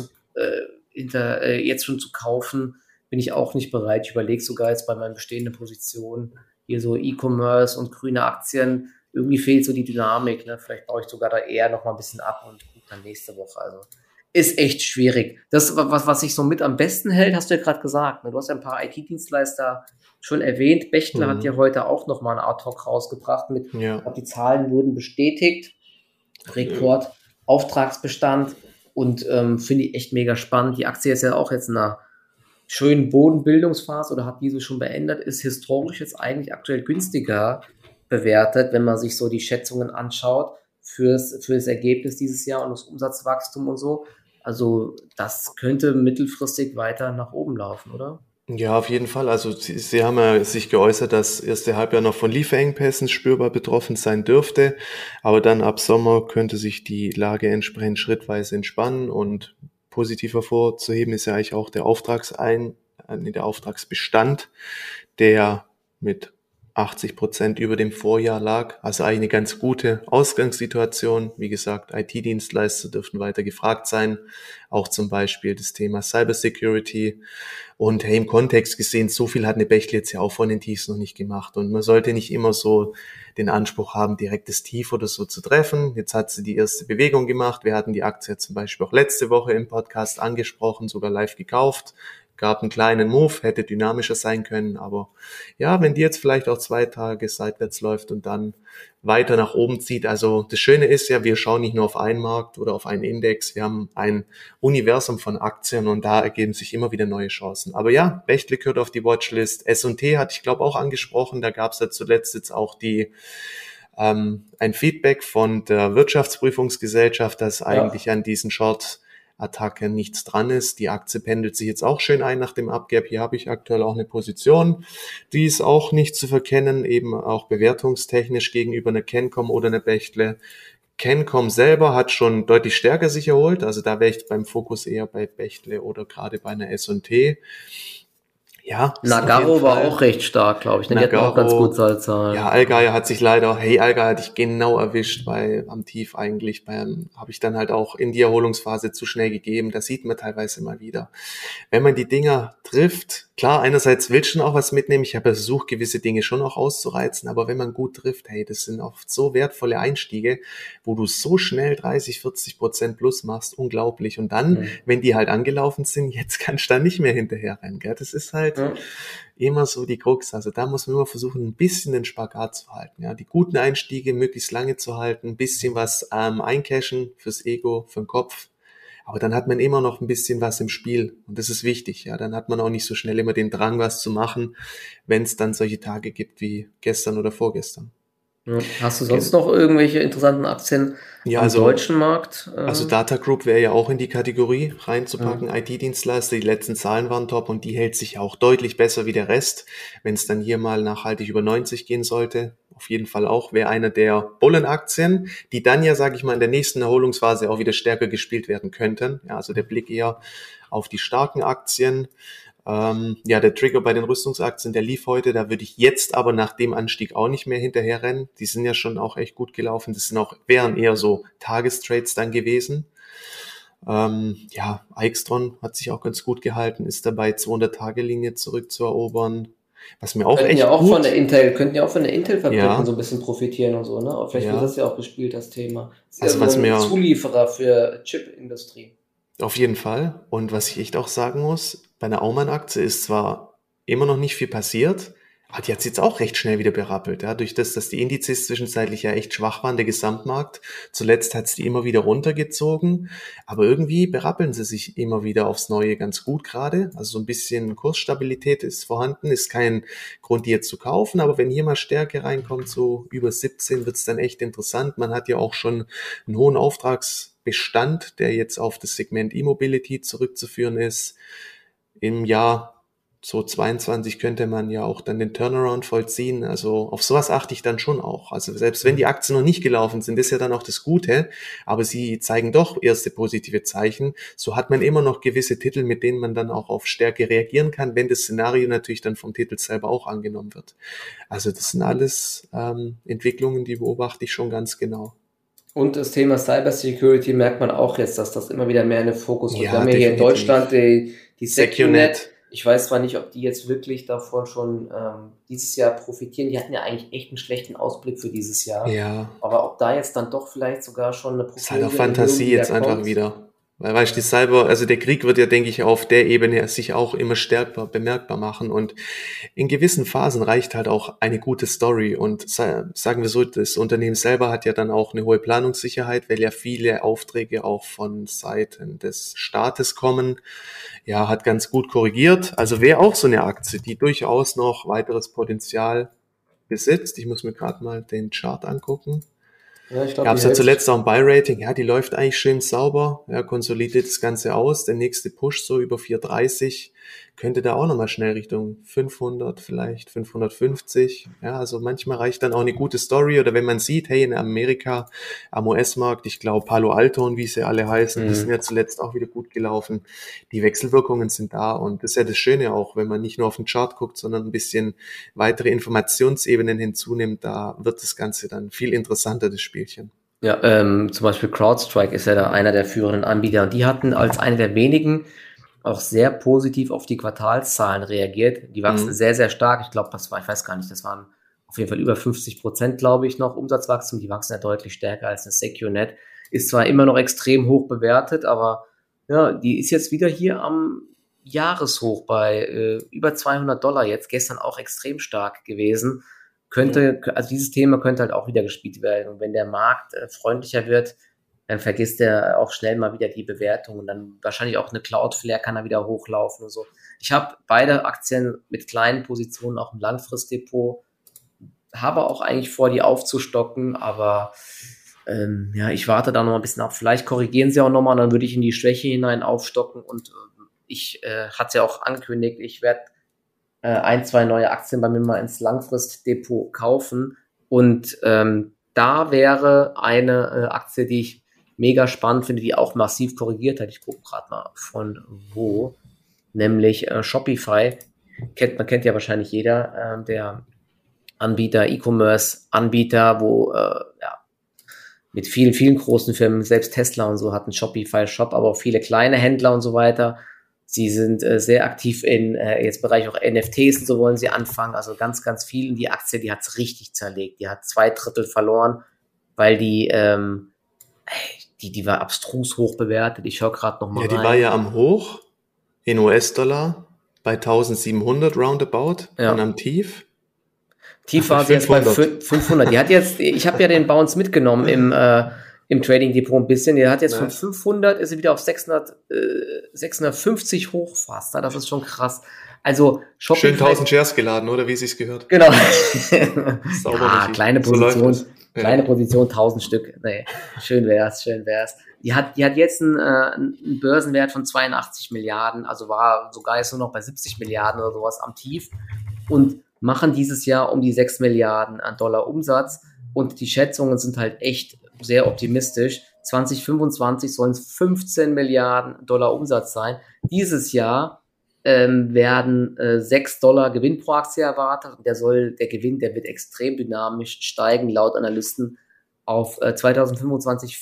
jetzt schon zu kaufen, bin ich auch nicht bereit. Ich überlege sogar jetzt bei meinen bestehenden Positionen hier so E-Commerce und grüne Aktien. Irgendwie fehlt so die Dynamik. Ne? Vielleicht baue ich sogar da eher noch mal ein bisschen ab und gucke dann nächste Woche. Also ist echt schwierig. Das, was sich so mit am besten hält, hast du ja gerade gesagt. Ne? Du hast ja ein paar IT-Dienstleister schon erwähnt. Bechtle hat ja Mhm. heute auch noch mal ein Ad-Hoc rausgebracht mit, ich Ja. glaube, die Zahlen wurden bestätigt. Rekordauftragsbestand und finde ich echt mega spannend. Die Aktie ist ja auch jetzt in einer schönen Bodenbildungsphase oder hat diese schon beendet, ist historisch jetzt eigentlich aktuell günstiger bewertet, wenn man sich so die Schätzungen anschaut fürs Ergebnis dieses Jahr und das Umsatzwachstum und so. Also das könnte mittelfristig weiter nach oben laufen, oder? Ja, auf jeden Fall. Also Sie haben ja sich geäußert, dass das erste Halbjahr noch von Lieferengpässen spürbar betroffen sein dürfte, aber dann ab Sommer könnte sich die Lage entsprechend schrittweise entspannen und positiv hervorzuheben ist ja eigentlich auch der Auftragsbestand, der mit 80% über dem Vorjahr lag. Also eigentlich eine ganz gute Ausgangssituation. Wie gesagt, IT-Dienstleister dürften weiter gefragt sein. Auch zum Beispiel das Thema Cybersecurity. Und hey, im Kontext gesehen, so viel hat eine Bechtle jetzt ja auch von den Tiefs noch nicht gemacht. Und man sollte nicht immer so den Anspruch haben, direkt das Tief oder so zu treffen. Jetzt hat sie die erste Bewegung gemacht. Wir hatten die Aktie zum Beispiel auch letzte Woche im Podcast angesprochen, sogar live gekauft. Gab einen kleinen Move, hätte dynamischer sein können. Aber ja, wenn die jetzt vielleicht auch 2 Tage seitwärts läuft und dann weiter nach oben zieht. Also das Schöne ist ja, wir schauen nicht nur auf einen Markt oder auf einen Index. Wir haben ein Universum von Aktien und da ergeben sich immer wieder neue Chancen. Aber ja, Bechtle gehört auf die Watchlist. S&T hatte ich glaube auch angesprochen. Da gab es ja zuletzt jetzt auch ein Feedback von der Wirtschaftsprüfungsgesellschaft, dass Ja. eigentlich an diesen Short-Attacken nichts dran ist. Die Aktie pendelt sich jetzt auch schön ein nach dem Abgap. Hier habe ich aktuell auch eine Position. Die ist auch nicht zu verkennen, eben auch bewertungstechnisch gegenüber einer Kencom oder einer Bechtle. Kencom selber hat schon deutlich stärker sich erholt. Also da wäre ich beim Fokus eher bei Bechtle oder gerade bei einer S&T. Ja, ist auf jeden Nagaro war Fall auch recht stark, glaube ich. Ne? Die hatten auch ganz gut Nagaro. Ja, Zahlen. Allgeier hat sich leider, hey, Allgeier hatte ich genau erwischt am Tief eigentlich. Habe ich dann halt auch in die Erholungsphase zu schnell gegeben. Das sieht man teilweise immer wieder. Wenn man die Dinger trifft, klar, einerseits willst du schon auch was mitnehmen. Ich habe versucht, gewisse Dinge schon auch auszureizen, aber wenn man gut trifft, hey, das sind oft so wertvolle Einstiege, wo du so schnell 30-40% plus machst, unglaublich. Und dann, Mhm. wenn die halt angelaufen sind, jetzt kannst du da nicht mehr hinterher rennen, gell? Das ist halt Ja. immer so die Krux. Also da muss man immer versuchen, ein bisschen den Spagat zu halten. Ja, die guten Einstiege möglichst lange zu halten, ein bisschen was eincashen fürs Ego, für den Kopf. Aber dann hat man immer noch ein bisschen was im Spiel und das ist wichtig. Ja, dann hat man auch nicht so schnell immer den Drang, was zu machen, wenn es dann solche Tage gibt wie gestern oder vorgestern. Ja. Hast du sonst noch irgendwelche interessanten Aktien Ja, am deutschen Markt? Also Data Group wäre ja auch in die Kategorie reinzupacken, IT-Dienstleister. Die letzten Zahlen waren top und die hält sich auch deutlich besser wie der Rest. Wenn es dann hier mal nachhaltig über 90 gehen sollte, auf jeden Fall auch, wäre einer der Bullenaktien, die dann ja, sage ich mal, in der nächsten Erholungsphase auch wieder stärker gespielt werden könnten. Ja, also der Blick eher auf die starken Aktien. Ja, der Trigger bei den Rüstungsaktien, der lief heute, da würde ich jetzt aber nach dem Anstieg auch nicht mehr hinterherrennen. Die sind ja schon auch echt gut gelaufen. Das sind auch, wären eher so Tagestrades dann gewesen. Ja, Aixtron hat sich auch ganz gut gehalten, ist dabei 200-Tage-Linie zurückzuerobern. Was mir auch Könnten echt ja auch gut... könnten ja auch von der Intel-Fabrik Ja, so ein bisschen profitieren und so, ne? Aber vielleicht wird ja. das ja auch gespielt, das Thema. Ist ja Also so was ein mir Zulieferer für Chip-Industrie. auf jeden Fall, und was ich echt auch sagen muss, bei einer Aumann-Aktie ist zwar immer noch nicht viel passiert, aber die hat sich jetzt auch recht schnell wieder berappelt. Ja, durch das, dass die Indizes zwischenzeitlich ja echt schwach waren, der Gesamtmarkt. Zuletzt hat es die immer wieder runtergezogen, aber irgendwie berappeln sie sich immer wieder aufs Neue ganz gut gerade. Also so ein bisschen Kursstabilität ist vorhanden, ist kein Grund, die jetzt zu kaufen, aber wenn hier mal Stärke reinkommt, so über 17, wird es dann echt interessant. Man hat ja auch schon einen hohen Auftragsbestand, der jetzt auf das Segment E-Mobility zurückzuführen ist. Im Jahr so 22 könnte man ja auch dann den Turnaround vollziehen. Also auf sowas achte ich dann schon auch. Also selbst wenn die Aktien noch nicht gelaufen sind, ist ja dann auch das Gute, aber sie zeigen doch erste positive Zeichen. So hat man immer noch gewisse Titel, mit denen man dann auch auf Stärke reagieren kann, wenn das Szenario natürlich dann vom Titel selber auch angenommen wird. Also das sind alles Entwicklungen, die beobachte ich schon ganz genau. Und das Thema Cybersecurity merkt man auch jetzt, dass das immer wieder mehr in den Fokus rückt. Wir Ja, haben ja hier in definitiv. Deutschland die Secunet. Secunet. Ich weiß zwar nicht, ob die jetzt wirklich davon schon dieses Jahr profitieren. Die hatten ja eigentlich echt einen schlechten Ausblick für dieses Jahr. Ja, Aber ob da jetzt dann doch vielleicht sogar schon eine ist halt auch profilierende Erhöhung Fantasie wieder jetzt einfach kommt. wieder. Weil, weißt du, die Cyber, also der Krieg wird ja, denke ich, auf der Ebene sich auch immer stärker bemerkbar machen, und in gewissen Phasen reicht halt auch eine gute Story, und sagen wir so, das Unternehmen selber hat ja dann auch eine hohe Planungssicherheit, weil ja viele Aufträge auch von Seiten des Staates kommen. Ja, hat ganz gut korrigiert. Also wäre auch so eine Aktie, die durchaus noch weiteres Potenzial besitzt. Ich muss mir gerade mal den Chart angucken. Ja, ich glaube, Gab die es ja hält. zuletzt auch ein Buy-Rating, ja, die läuft eigentlich schön sauber, ja, konsolidiert das Ganze aus. Der nächste Push so über 430 könnte da auch nochmal schnell Richtung 500, vielleicht 550. Ja, also manchmal reicht dann auch eine gute Story, oder wenn man sieht, hey, in Amerika, am US-Markt, ich glaube Palo Alto und wie sie alle heißen, die sind ja zuletzt auch wieder gut gelaufen. Die Wechselwirkungen sind da, und das ist ja das Schöne auch, wenn man nicht nur auf den Chart guckt, sondern ein bisschen weitere Informationsebenen hinzunimmt, da wird das Ganze dann viel interessanter, das Spielchen. Ja, zum Beispiel CrowdStrike ist ja da einer der führenden Anbieter. Und die hatten als eine der wenigen auch sehr positiv auf die Quartalszahlen reagiert. Die wachsen Mhm. sehr, sehr stark. Ich glaube, ich weiß gar nicht, das waren auf jeden Fall über 50%, glaube ich, noch Umsatzwachstum. Die wachsen ja deutlich stärker als eine Secunet. Ist zwar immer noch extrem hoch bewertet, aber ja, die ist jetzt wieder hier am Jahreshoch bei über $200 jetzt. Gestern auch extrem stark gewesen. Also dieses Thema könnte halt auch wieder gespielt werden. Und wenn der Markt freundlicher wird, dann vergisst er auch schnell mal wieder die Bewertung, und dann wahrscheinlich auch eine Cloudflare kann da wieder hochlaufen und so. Ich habe beide Aktien mit kleinen Positionen auch im Langfristdepot, habe auch eigentlich vor, die aufzustocken, aber ja, ich warte da noch ein bisschen ab. Vielleicht korrigieren sie auch nochmal, dann würde ich in die Schwäche hinein aufstocken, und ich hatte es ja auch angekündigt, ich werde ein, zwei neue Aktien bei mir mal ins Langfristdepot kaufen, und da wäre eine Aktie, die ich mega spannend finde, die auch massiv korrigiert hat. Ich gucke gerade mal von wo, nämlich Shopify. Man kennt ja wahrscheinlich jeder, der Anbieter, E-Commerce-Anbieter, wo ja, mit vielen, vielen großen Firmen, selbst Tesla und so hat einen Shopify-Shop, aber auch viele kleine Händler und so weiter. Sie sind sehr aktiv in jetzt Bereich auch NFTs und so wollen sie anfangen. Also ganz, ganz viel. Und die Aktie, die hat's richtig zerlegt. Die hat 2/3 verloren, weil die war abstrus hoch bewertet. Ich schaue gerade noch mal Ja, die rein. war ja am Hoch in US-Dollar bei 1700 roundabout, Ja. und am Tief. Tief bei war sie jetzt bei 500. 500. Die hat jetzt, ich habe ja den Bounce mitgenommen im Trading Depot ein bisschen. Die hat jetzt von 500 ist sie wieder auf 650 hoch fast. Das ist schon krass. Also Schön Shopify, 1000 Shares geladen, oder wie es sich gehört. genau. Sauber Ja, richtig. kleine So läuft Position, es. kleine Ja. Position, 1000 Stück. Nee, schön wär's, schön wär's. Die hat jetzt einen Börsenwert von 82 Milliarden, also war sogar jetzt nur noch bei 70 Milliarden oder sowas am Tief und machen dieses Jahr um die 6 Milliarden an Dollar Umsatz und die Schätzungen sind halt echt sehr optimistisch. 2025 sollen es 15 Milliarden Dollar Umsatz sein. Dieses Jahr werden $6 Gewinn pro Aktie erwartet. Und der Gewinn, der wird extrem dynamisch steigen, laut Analysten auf 2025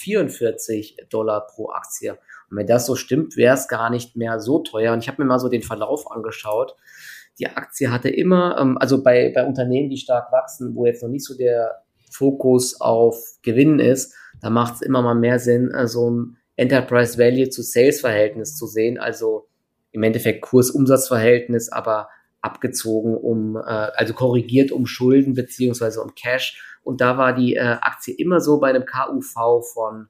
$44 pro Aktie. Und wenn das so stimmt, wäre es gar nicht mehr so teuer. Und ich habe mir mal so den Verlauf angeschaut. Die Aktie hatte immer, also bei Unternehmen, die stark wachsen, wo jetzt noch nicht so der Fokus auf Gewinnen ist, da macht es immer mal mehr Sinn, so ein Enterprise Value zu Sales Verhältnis zu sehen. Also im Endeffekt Kurs-Umsatz-Verhältnis, aber abgezogen also korrigiert um Schulden beziehungsweise um Cash. Und da war die Aktie immer so bei einem KUV von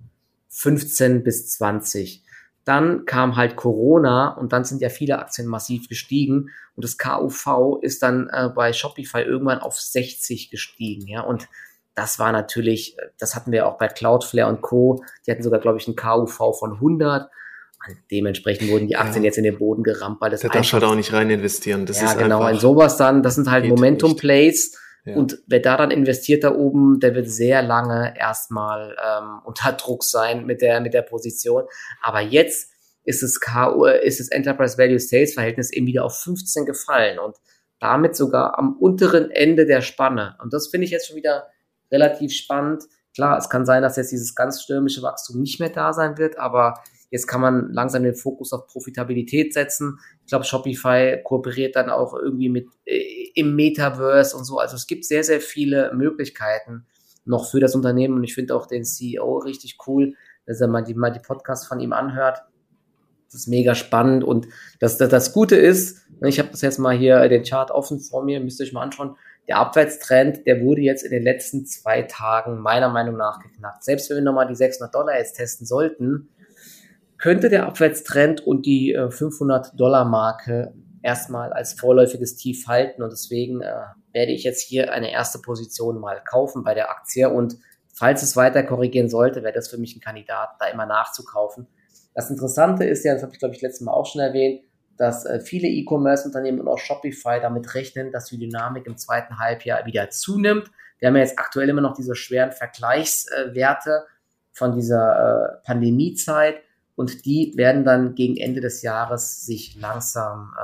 15 bis 20. Dann kam halt Corona und dann sind ja viele Aktien massiv gestiegen und das KUV ist dann bei Shopify irgendwann auf 60 gestiegen, ja, und das war natürlich, das hatten wir auch bei Cloudflare und Co. Die hatten sogar, glaube ich, ein KUV von 100. Dementsprechend wurden die Aktien Ja. jetzt in den Boden gerammt, weil das Da darfst du halt auch nicht rein investieren. Das ja, ist genau, in einfach, sowas dann, das sind halt geht Momentum-Plays ja. und wer da dann investiert da oben, der wird sehr lange erstmal unter Druck sein mit der Position. Aber jetzt ist das Enterprise Value Sales Verhältnis eben wieder auf 15 gefallen und damit sogar am unteren Ende der Spanne. Und das finde ich jetzt schon wieder relativ spannend. Klar, es kann sein, dass jetzt dieses ganz stürmische Wachstum nicht mehr da sein wird, aber jetzt kann man langsam den Fokus auf Profitabilität setzen. Ich glaube, Shopify kooperiert dann auch irgendwie mit im Metaverse und so. Also es gibt sehr, sehr viele Möglichkeiten noch für das Unternehmen und ich finde auch den CEO richtig cool, dass er mal die Podcasts von ihm anhört. Das ist mega spannend und das Gute ist, ich habe das jetzt mal hier den Chart offen vor mir, müsst ihr euch mal anschauen, der Abwärtstrend, der wurde jetzt in den letzten 2 Tagen meiner Meinung nach geknackt. Selbst wenn wir nochmal die $600 jetzt testen sollten, könnte der Abwärtstrend und die $500 Marke erstmal als vorläufiges Tief halten und deswegen werde ich jetzt hier eine erste Position mal kaufen bei der Aktie und falls es weiter korrigieren sollte, wäre das für mich ein Kandidat, da immer nachzukaufen. Das Interessante ist ja, das habe ich glaube ich letztes Mal auch schon erwähnt, dass viele E-Commerce-Unternehmen und auch Shopify damit rechnen, dass die Dynamik im zweiten Halbjahr wieder zunimmt. Wir haben ja jetzt aktuell immer noch diese schweren Vergleichswerte von dieser Pandemiezeit und die werden dann gegen Ende des Jahres sich langsam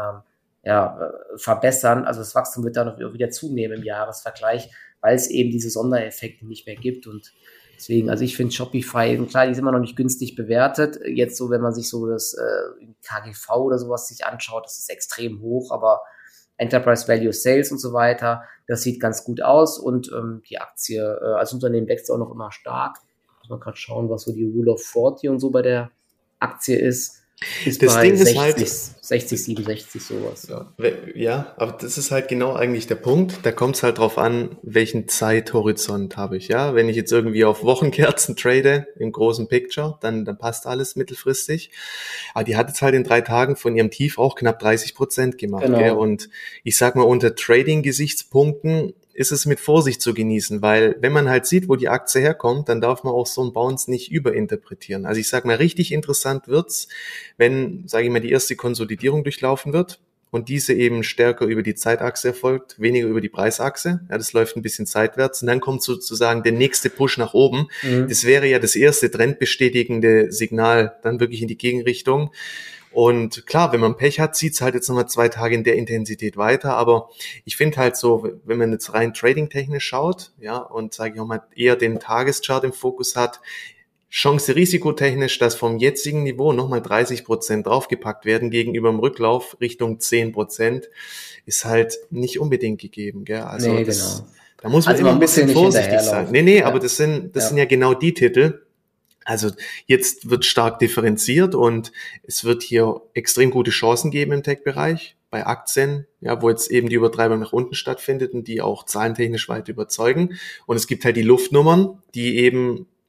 verbessern. Also das Wachstum wird dann auch wieder zunehmen im Jahresvergleich, weil es eben diese Sondereffekte nicht mehr gibt und deswegen, also ich finde Shopify, klar, die ist immer noch nicht günstig bewertet. Jetzt so, wenn man sich so das KGV oder sowas sich anschaut, das ist extrem hoch, aber Enterprise Value Sales und so weiter, das sieht ganz gut aus und die Aktie als Unternehmen wächst auch noch immer stark. Muss man gerade schauen, was so die Rule of 40 und so bei der Aktie ist Das bei Ding 60, ist halt, 60, 67 sowas. ja, aber das ist halt genau eigentlich der Punkt. Da kommt es halt drauf an, welchen Zeithorizont habe ich, ja. Wenn ich jetzt irgendwie auf Wochenkerzen trade, im großen Picture, dann passt alles mittelfristig. Aber die hat jetzt halt in 3 Tagen von ihrem Tief auch knapp 30% gemacht, Genau. gell? Und ich sag mal, unter Trading-Gesichtspunkten ist es mit Vorsicht zu genießen, weil wenn man halt sieht, wo die Aktie herkommt, dann darf man auch so einen Bounce nicht überinterpretieren. Also ich sage mal, richtig interessant wird's, wenn, sage ich mal, die erste Konsolidierung durchlaufen wird und diese eben stärker über die Zeitachse erfolgt, weniger über die Preisachse. Ja, das läuft ein bisschen seitwärts und dann kommt sozusagen der nächste Push nach oben. Das wäre ja das erste trendbestätigende Signal, dann wirklich in die Gegenrichtung. Und klar, wenn man Pech hat, zieht's halt jetzt nochmal 2 Tage in der Intensität weiter. Aber ich finde halt so, wenn man jetzt rein trading-technisch schaut, ja, und sage ich auch mal eher den Tageschart im Fokus hat, Chance risikotechnisch, dass vom jetzigen Niveau nochmal 30% draufgepackt werden gegenüber dem Rücklauf Richtung 10%, ist halt nicht unbedingt gegeben, gell? Also Nee, das, genau. da muss man Also immer man ein muss hier bisschen nicht vorsichtig sein. hinterherlaufen. Nee, Ja. aber das sind Ja. ja genau die Titel. Also jetzt wird stark differenziert und es wird hier extrem gute Chancen geben im Tech-Bereich bei Aktien, ja, wo jetzt eben die Übertreibung nach unten stattfindet und die auch zahlentechnisch weit überzeugen. Und es gibt halt die Luftnummern, die eben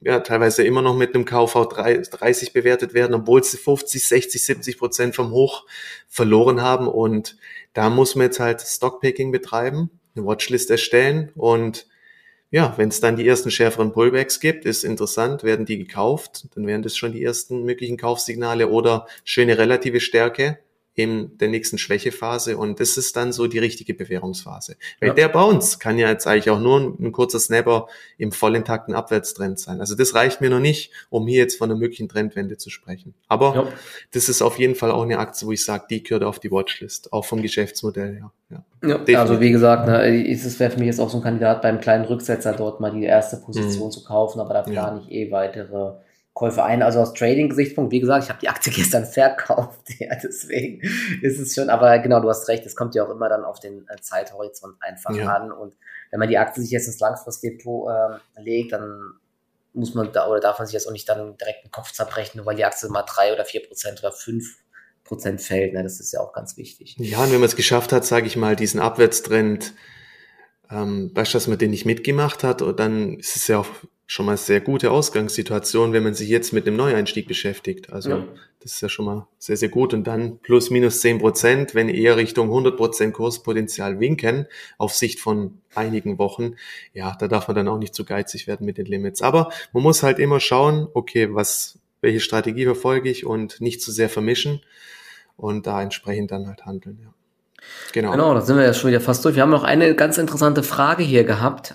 ja teilweise immer noch mit einem KV 30 bewertet werden, obwohl sie 50, 60, 70% vom Hoch verloren haben. Und da muss man jetzt halt Stockpicking betreiben, eine Watchlist erstellen und ja, wenn es dann die ersten schärferen Pullbacks gibt, ist interessant, werden die gekauft, dann wären das schon die ersten möglichen Kaufsignale oder schöne relative Stärke in der nächsten Schwächephase und das ist dann so die richtige Bewährungsphase. Weil der Bounce kann ja jetzt eigentlich auch nur ein kurzer Snapper im voll intakten Abwärtstrend sein. Also das reicht mir noch nicht, um hier jetzt von einer möglichen Trendwende zu sprechen. Aber das ist auf jeden Fall auch eine Aktie, wo ich sage, die gehört auf die Watchlist, auch vom Geschäftsmodell her. Ja, also wie gesagt, es wäre für mich jetzt auch so ein Kandidat beim kleinen Rücksetzer dort mal die erste Position zu kaufen, aber da plane ich weitere Käufe ein. Also aus Trading-Gesichtspunkt, wie gesagt, ich habe die Aktie gestern verkauft, ja, deswegen ist es schon, aber genau, du hast recht, es kommt ja auch immer dann auf den Zeithorizont einfach an und wenn man die Aktie sich jetzt ins Langfristdepot legt, dann muss man da oder darf man sich jetzt auch nicht dann direkt den Kopf zerbrechen, nur weil die Aktie mal 3 oder 4% oder 5% fällt, ne? Das ist ja auch ganz wichtig. Ja, und wenn man es geschafft hat, sage ich mal, diesen Abwärtstrend, weißt du, dass man den nicht mitgemacht hat, und dann ist es ja auch schon mal eine sehr gute Ausgangssituation, wenn man sich jetzt mit einem Neueinstieg beschäftigt. Also das ist ja schon mal sehr, sehr gut. Und dann plus minus 10%, wenn eher Richtung 100% Kurspotenzial winken, auf Sicht von einigen Wochen, ja, da darf man dann auch nicht zu geizig werden mit den Limits. Aber man muss halt immer schauen, okay, welche Strategie verfolge ich und nicht zu sehr vermischen und da entsprechend dann halt handeln, ja. Genau, da sind wir ja schon wieder fast durch. Wir haben noch eine ganz interessante Frage hier gehabt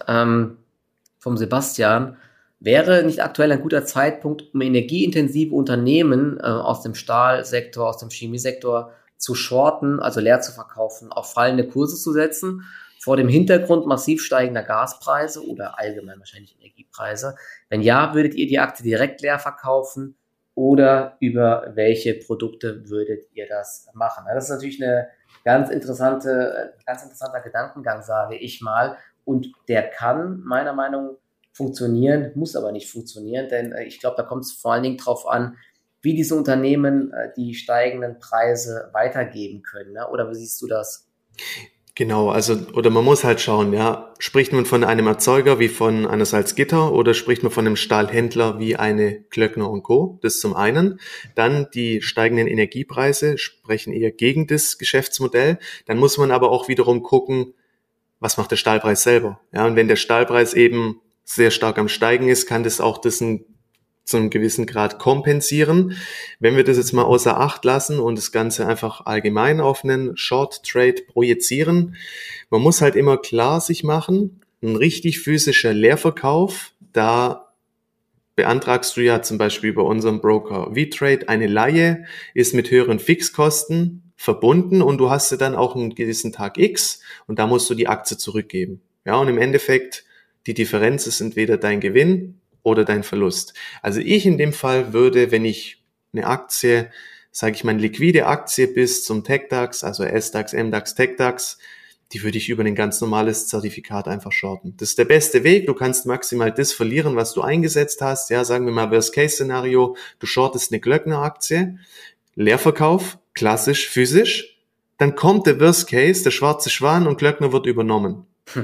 vom Sebastian. Wäre nicht aktuell ein guter Zeitpunkt, um energieintensive Unternehmen aus dem Stahlsektor, aus dem Chemiesektor zu shorten, also leer zu verkaufen, auf fallende Kurse zu setzen, vor dem Hintergrund massiv steigender Gaspreise oder allgemein wahrscheinlich Energiepreise? Wenn ja, würdet ihr die Aktie direkt leer verkaufen oder über welche Produkte würdet ihr das machen? Das ist natürlich eine ganz interessanter Gedankengang, sage ich mal. Und der kann meiner Meinung nach funktionieren, muss aber nicht funktionieren, denn ich glaube, da kommt es vor allen Dingen drauf an, wie diese Unternehmen die steigenden Preise weitergeben können. Ne? Oder wie siehst du das? Genau, also, oder man muss halt schauen, ja, spricht man von einem Erzeuger wie von einer Salzgitter oder spricht man von einem Stahlhändler wie eine Klöckner und Co. Das zum einen. Dann die steigenden Energiepreise sprechen eher gegen das Geschäftsmodell. Dann muss man aber auch wiederum gucken, was macht der Stahlpreis selber? Ja, und wenn der Stahlpreis eben sehr stark am Steigen ist, kann das auch zu einem gewissen Grad kompensieren. Wenn wir das jetzt mal außer Acht lassen und das Ganze einfach allgemein auf einen Short Trade projizieren, man muss halt immer klar sich machen, ein richtig physischer Leerverkauf, da beantragst du ja zum Beispiel bei unserem Broker V-Trade eine Leihe, ist mit höheren Fixkosten verbunden und du hast ja dann auch einen gewissen Tag X und da musst du die Aktie zurückgeben. Ja, und im Endeffekt, die Differenz ist entweder dein Gewinn oder dein Verlust. Also ich in dem Fall würde, wenn ich eine Aktie, sage ich mal, eine liquide Aktie bis zum TechDAX, also SDAX, MDAX, TechDAX, die würde ich über ein ganz normales Zertifikat einfach shorten. Das ist der beste Weg. Du kannst maximal das verlieren, was du eingesetzt hast. Ja, sagen wir mal Worst-Case-Szenario, du shortest eine Glöckner-Aktie, Leerverkauf, klassisch, physisch, dann kommt der Worst-Case, der schwarze Schwan und Glöckner wird übernommen.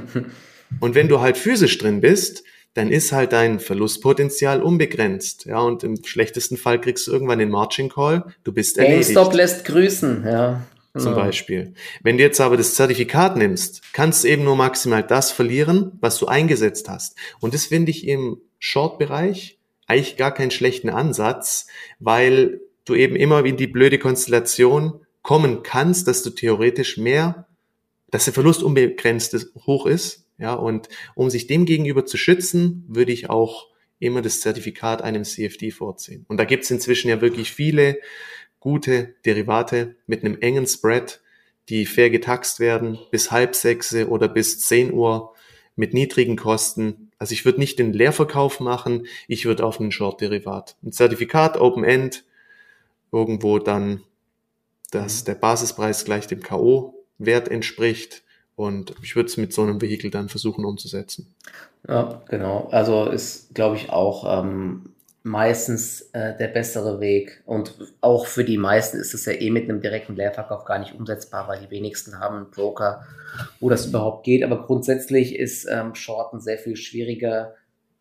Und wenn du halt physisch drin bist, dann ist halt dein Verlustpotenzial unbegrenzt. Ja, und im schlechtesten Fall kriegst du irgendwann den Margin Call, du bist erledigt. GameStop lässt grüßen, ja. Zum Beispiel. Wenn du jetzt aber das Zertifikat nimmst, kannst du eben nur maximal das verlieren, was du eingesetzt hast. Und das finde ich im Short-Bereich eigentlich gar keinen schlechten Ansatz, weil du eben immer in die blöde Konstellation kommen kannst, dass du theoretisch dass der Verlust unbegrenzt hoch ist. Ja, und um sich dem gegenüber zu schützen, würde ich auch immer das Zertifikat einem CFD vorziehen. Und da gibt es inzwischen ja wirklich viele gute Derivate mit einem engen Spread, die fair getaxt werden, bis 5:30 oder bis 10 Uhr mit niedrigen Kosten. Also ich würde nicht den Leerverkauf machen, ich würde auf ein Short-Derivat. Ein Zertifikat, Open-End, irgendwo dann, dass der Basispreis gleich dem K.O.-Wert entspricht. Und ich würde es mit so einem Vehikel dann versuchen umzusetzen. Ja, genau. Also ist, glaube ich, auch meistens der bessere Weg. Und auch für die meisten ist es ja mit einem direkten Leerverkauf gar nicht umsetzbar, weil die wenigsten haben einen Broker, wo das überhaupt geht. Aber grundsätzlich ist Shorten sehr viel schwieriger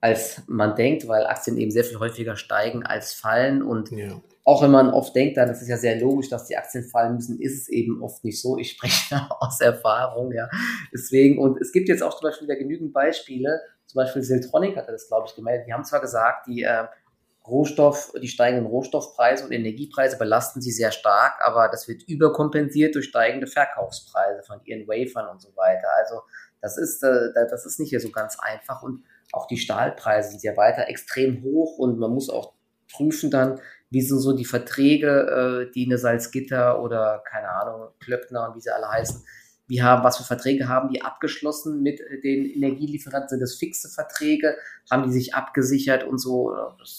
als man denkt, weil Aktien eben sehr viel häufiger steigen als fallen. Und Ja. auch wenn man oft denkt, dann das ist ja sehr logisch, dass die Aktien fallen müssen, ist es eben oft nicht so. Ich spreche da aus Erfahrung, ja. Deswegen, und es gibt jetzt auch zum Beispiel wieder genügend Beispiele. Zum Beispiel Siltronic hatte das, glaube ich, gemeldet. Die haben zwar gesagt, die steigenden Rohstoffpreise und Energiepreise belasten sie sehr stark, aber das wird überkompensiert durch steigende Verkaufspreise von ihren Wafern und so weiter. Also das ist nicht so ganz einfach, und auch die Stahlpreise sind ja weiter extrem hoch, und man muss auch prüfen dann, wie sind so die Verträge, die eine Salzgitter oder keine Ahnung, Klöckner und wie sie alle heißen, was für Verträge haben die abgeschlossen mit den Energielieferanten? Sind das fixe Verträge? Haben die sich abgesichert und so?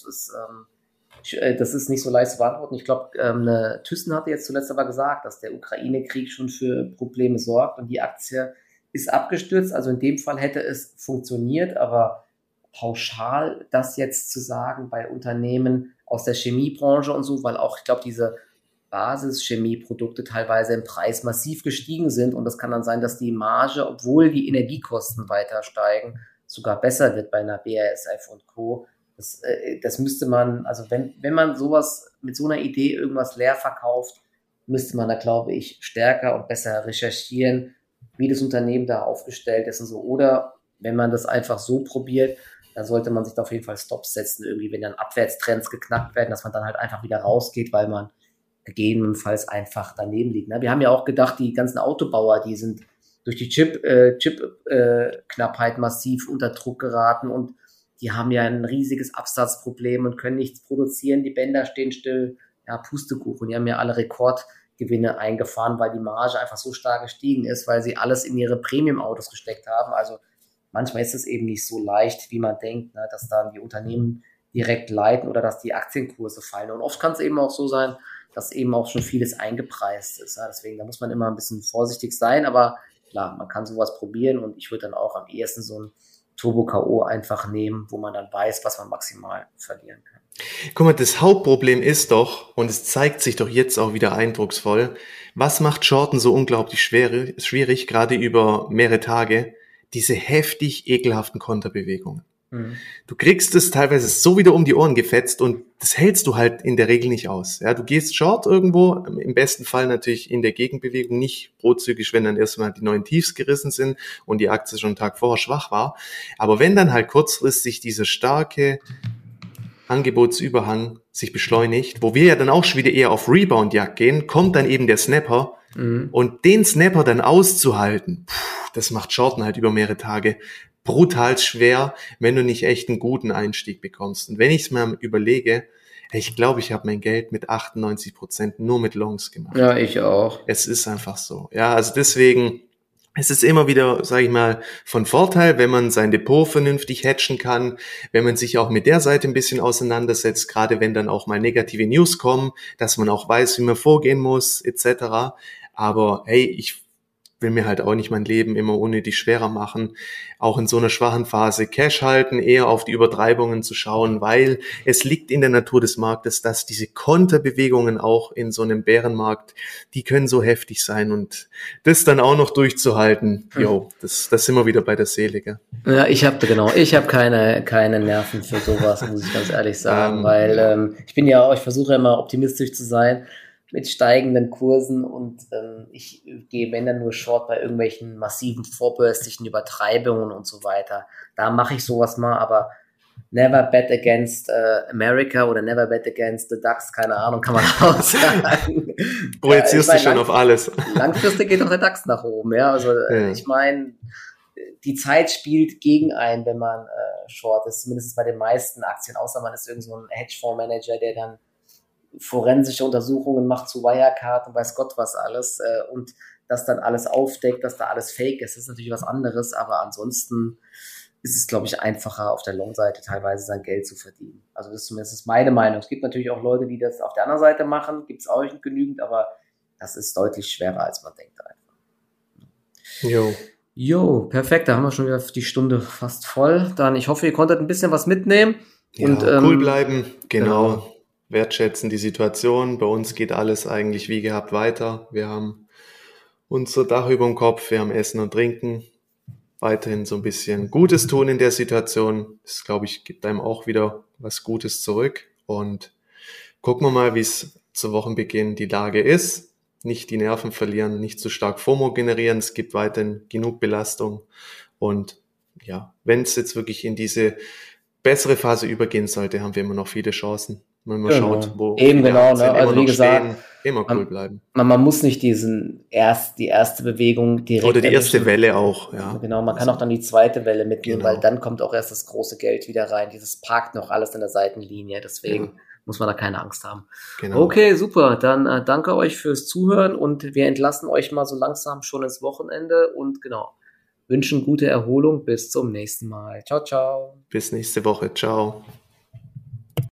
Das ist nicht so leicht zu beantworten. Ich glaube, Thyssen hatte jetzt zuletzt aber gesagt, dass der Ukraine-Krieg schon für Probleme sorgt, und die Aktie ist abgestürzt. Also in dem Fall hätte es funktioniert, aber pauschal das jetzt zu sagen bei Unternehmen aus der Chemiebranche und so, weil auch, ich glaube, diese Basischemieprodukte teilweise im Preis massiv gestiegen sind, und das kann dann sein, dass die Marge, obwohl die Energiekosten weiter steigen, sogar besser wird bei einer BASF und Co. Das müsste man, also wenn man sowas mit so einer Idee irgendwas leer verkauft, müsste man da, glaube ich, stärker und besser recherchieren, wie das Unternehmen da aufgestellt ist und so. Oder wenn man das einfach so probiert, dann sollte man sich da auf jeden Fall Stops setzen, irgendwie, wenn dann Abwärtstrends geknackt werden, dass man dann halt einfach wieder rausgeht, weil man gegebenenfalls einfach daneben liegt. Wir haben ja auch gedacht, die ganzen Autobauer, die sind durch die Chip-Knappheit massiv unter Druck geraten, und die haben ja ein riesiges Absatzproblem und können nichts produzieren. Die Bänder stehen still. Ja, Pustekuchen. Die haben ja alle Rekordgewinne eingefahren, weil die Marge einfach so stark gestiegen ist, weil sie alles in ihre Premium-Autos gesteckt haben. Also manchmal ist es eben nicht so leicht, wie man denkt, ne, dass dann die Unternehmen direkt leiden oder dass die Aktienkurse fallen. Und oft kann es eben auch so sein, dass eben auch schon vieles eingepreist ist. Ja. Deswegen, da muss man immer ein bisschen vorsichtig sein. Aber klar, man kann sowas probieren, und ich würde dann auch am ehesten so ein Turbo-K.O. einfach nehmen, wo man dann weiß, was man maximal verlieren kann. Guck mal, das Hauptproblem ist doch, und es zeigt sich doch jetzt auch wieder eindrucksvoll, was macht Shorten so unglaublich schwierig, gerade über mehrere Tage, diese heftig ekelhaften Konterbewegungen. Du kriegst es teilweise so wieder um die Ohren gefetzt, und das hältst du halt in der Regel nicht aus. Ja, du gehst Short irgendwo, im besten Fall natürlich in der Gegenbewegung, nicht prozyklisch, wenn dann erstmal die neuen Tiefs gerissen sind und die Aktie schon einen Tag vorher schwach war. Aber wenn dann halt kurzfristig dieser starke Angebotsüberhang sich beschleunigt, wo wir ja dann auch schon wieder eher auf Rebound-Jagd gehen, kommt dann eben der Snapper, und den Snapper dann auszuhalten, das macht Shorten halt über mehrere Tage brutal schwer, wenn du nicht echt einen guten Einstieg bekommst. Und wenn ich es mir überlege, ich glaube, ich habe mein Geld mit 98% nur mit Longs gemacht. Ja, ich auch. Es ist einfach so. Ja, also deswegen, es ist immer wieder, sage ich mal, von Vorteil, wenn man sein Depot vernünftig hatchen kann, wenn man sich auch mit der Seite ein bisschen auseinandersetzt, gerade wenn dann auch mal negative News kommen, dass man auch weiß, wie man vorgehen muss, etc. Aber hey, ich will mir halt auch nicht mein Leben immer unnötig schwerer machen. Auch in so einer schwachen Phase Cash halten, eher auf die Übertreibungen zu schauen, weil es liegt in der Natur des Marktes, dass diese Konterbewegungen auch in so einem Bärenmarkt, die können so heftig sein, und das dann auch noch durchzuhalten, das sind wir wieder bei der Seele, gell? Ja, ich habe keine Nerven für sowas, muss ich ganz ehrlich sagen, weil ich versuche ja immer optimistisch zu sein mit steigenden Kursen, und ich gehe, wenn dann, nur Short bei irgendwelchen massiven vorbörslichen Übertreibungen und so weiter. Da mache ich sowas mal, aber never bet against America oder never bet against the DAX, keine Ahnung, kann man auch sagen. Projizierst du schon auf alles. Langfristig geht auch der DAX nach oben, ja, also ich meine, die Zeit spielt gegen einen, wenn man Short ist, zumindest bei den meisten Aktien, außer man ist irgend so ein Hedgefondsmanager, der dann forensische Untersuchungen macht zu Wirecard und weiß Gott was alles, und das dann alles aufdeckt, dass da alles fake ist. Das ist natürlich was anderes, aber ansonsten ist es, glaube ich, einfacher, auf der Long-Seite teilweise sein Geld zu verdienen. Also das ist zumindest meine Meinung. Es gibt natürlich auch Leute, die das auf der anderen Seite machen, gibt es auch nicht genügend, aber das ist deutlich schwerer, als man denkt einfach. Jo, perfekt, da haben wir schon wieder die Stunde fast voll. Dann, ich hoffe, ihr konntet ein bisschen was mitnehmen. Ja, und cool bleiben, genau. Wertschätzen die Situation. Bei uns geht alles eigentlich wie gehabt weiter. Wir haben unser Dach über dem Kopf, wir haben Essen und Trinken. weiterhin so ein bisschen Gutes tun in der Situation. Das, glaube ich, gibt einem auch wieder was Gutes zurück. Und gucken wir mal, wie es zu Wochenbeginn die Lage ist. Nicht die Nerven verlieren, nicht zu stark FOMO generieren. Es gibt weiterhin genug Belastung. Und ja, wenn es jetzt wirklich in diese bessere Phase übergehen sollte, haben wir immer noch viele Chancen. Wenn man schaut, wo eben viele genau, ne? Aktien Also immer wie noch gesagt, stehen, immer cool bleiben. man muss nicht die erste Bewegung direkt Oder die erste erwischen. Welle auch, ja. Genau, man kann auch dann die zweite Welle mitnehmen, Genau. weil dann kommt auch erst das große Geld wieder rein. Dieses parkt noch alles in der Seitenlinie, deswegen muss man da keine Angst haben. Genau. Okay, super. Dann danke euch fürs Zuhören und wir entlassen euch mal so langsam schon ins Wochenende und genau, wünschen gute Erholung. Bis zum nächsten Mal. Ciao, ciao. Bis nächste Woche. Ciao.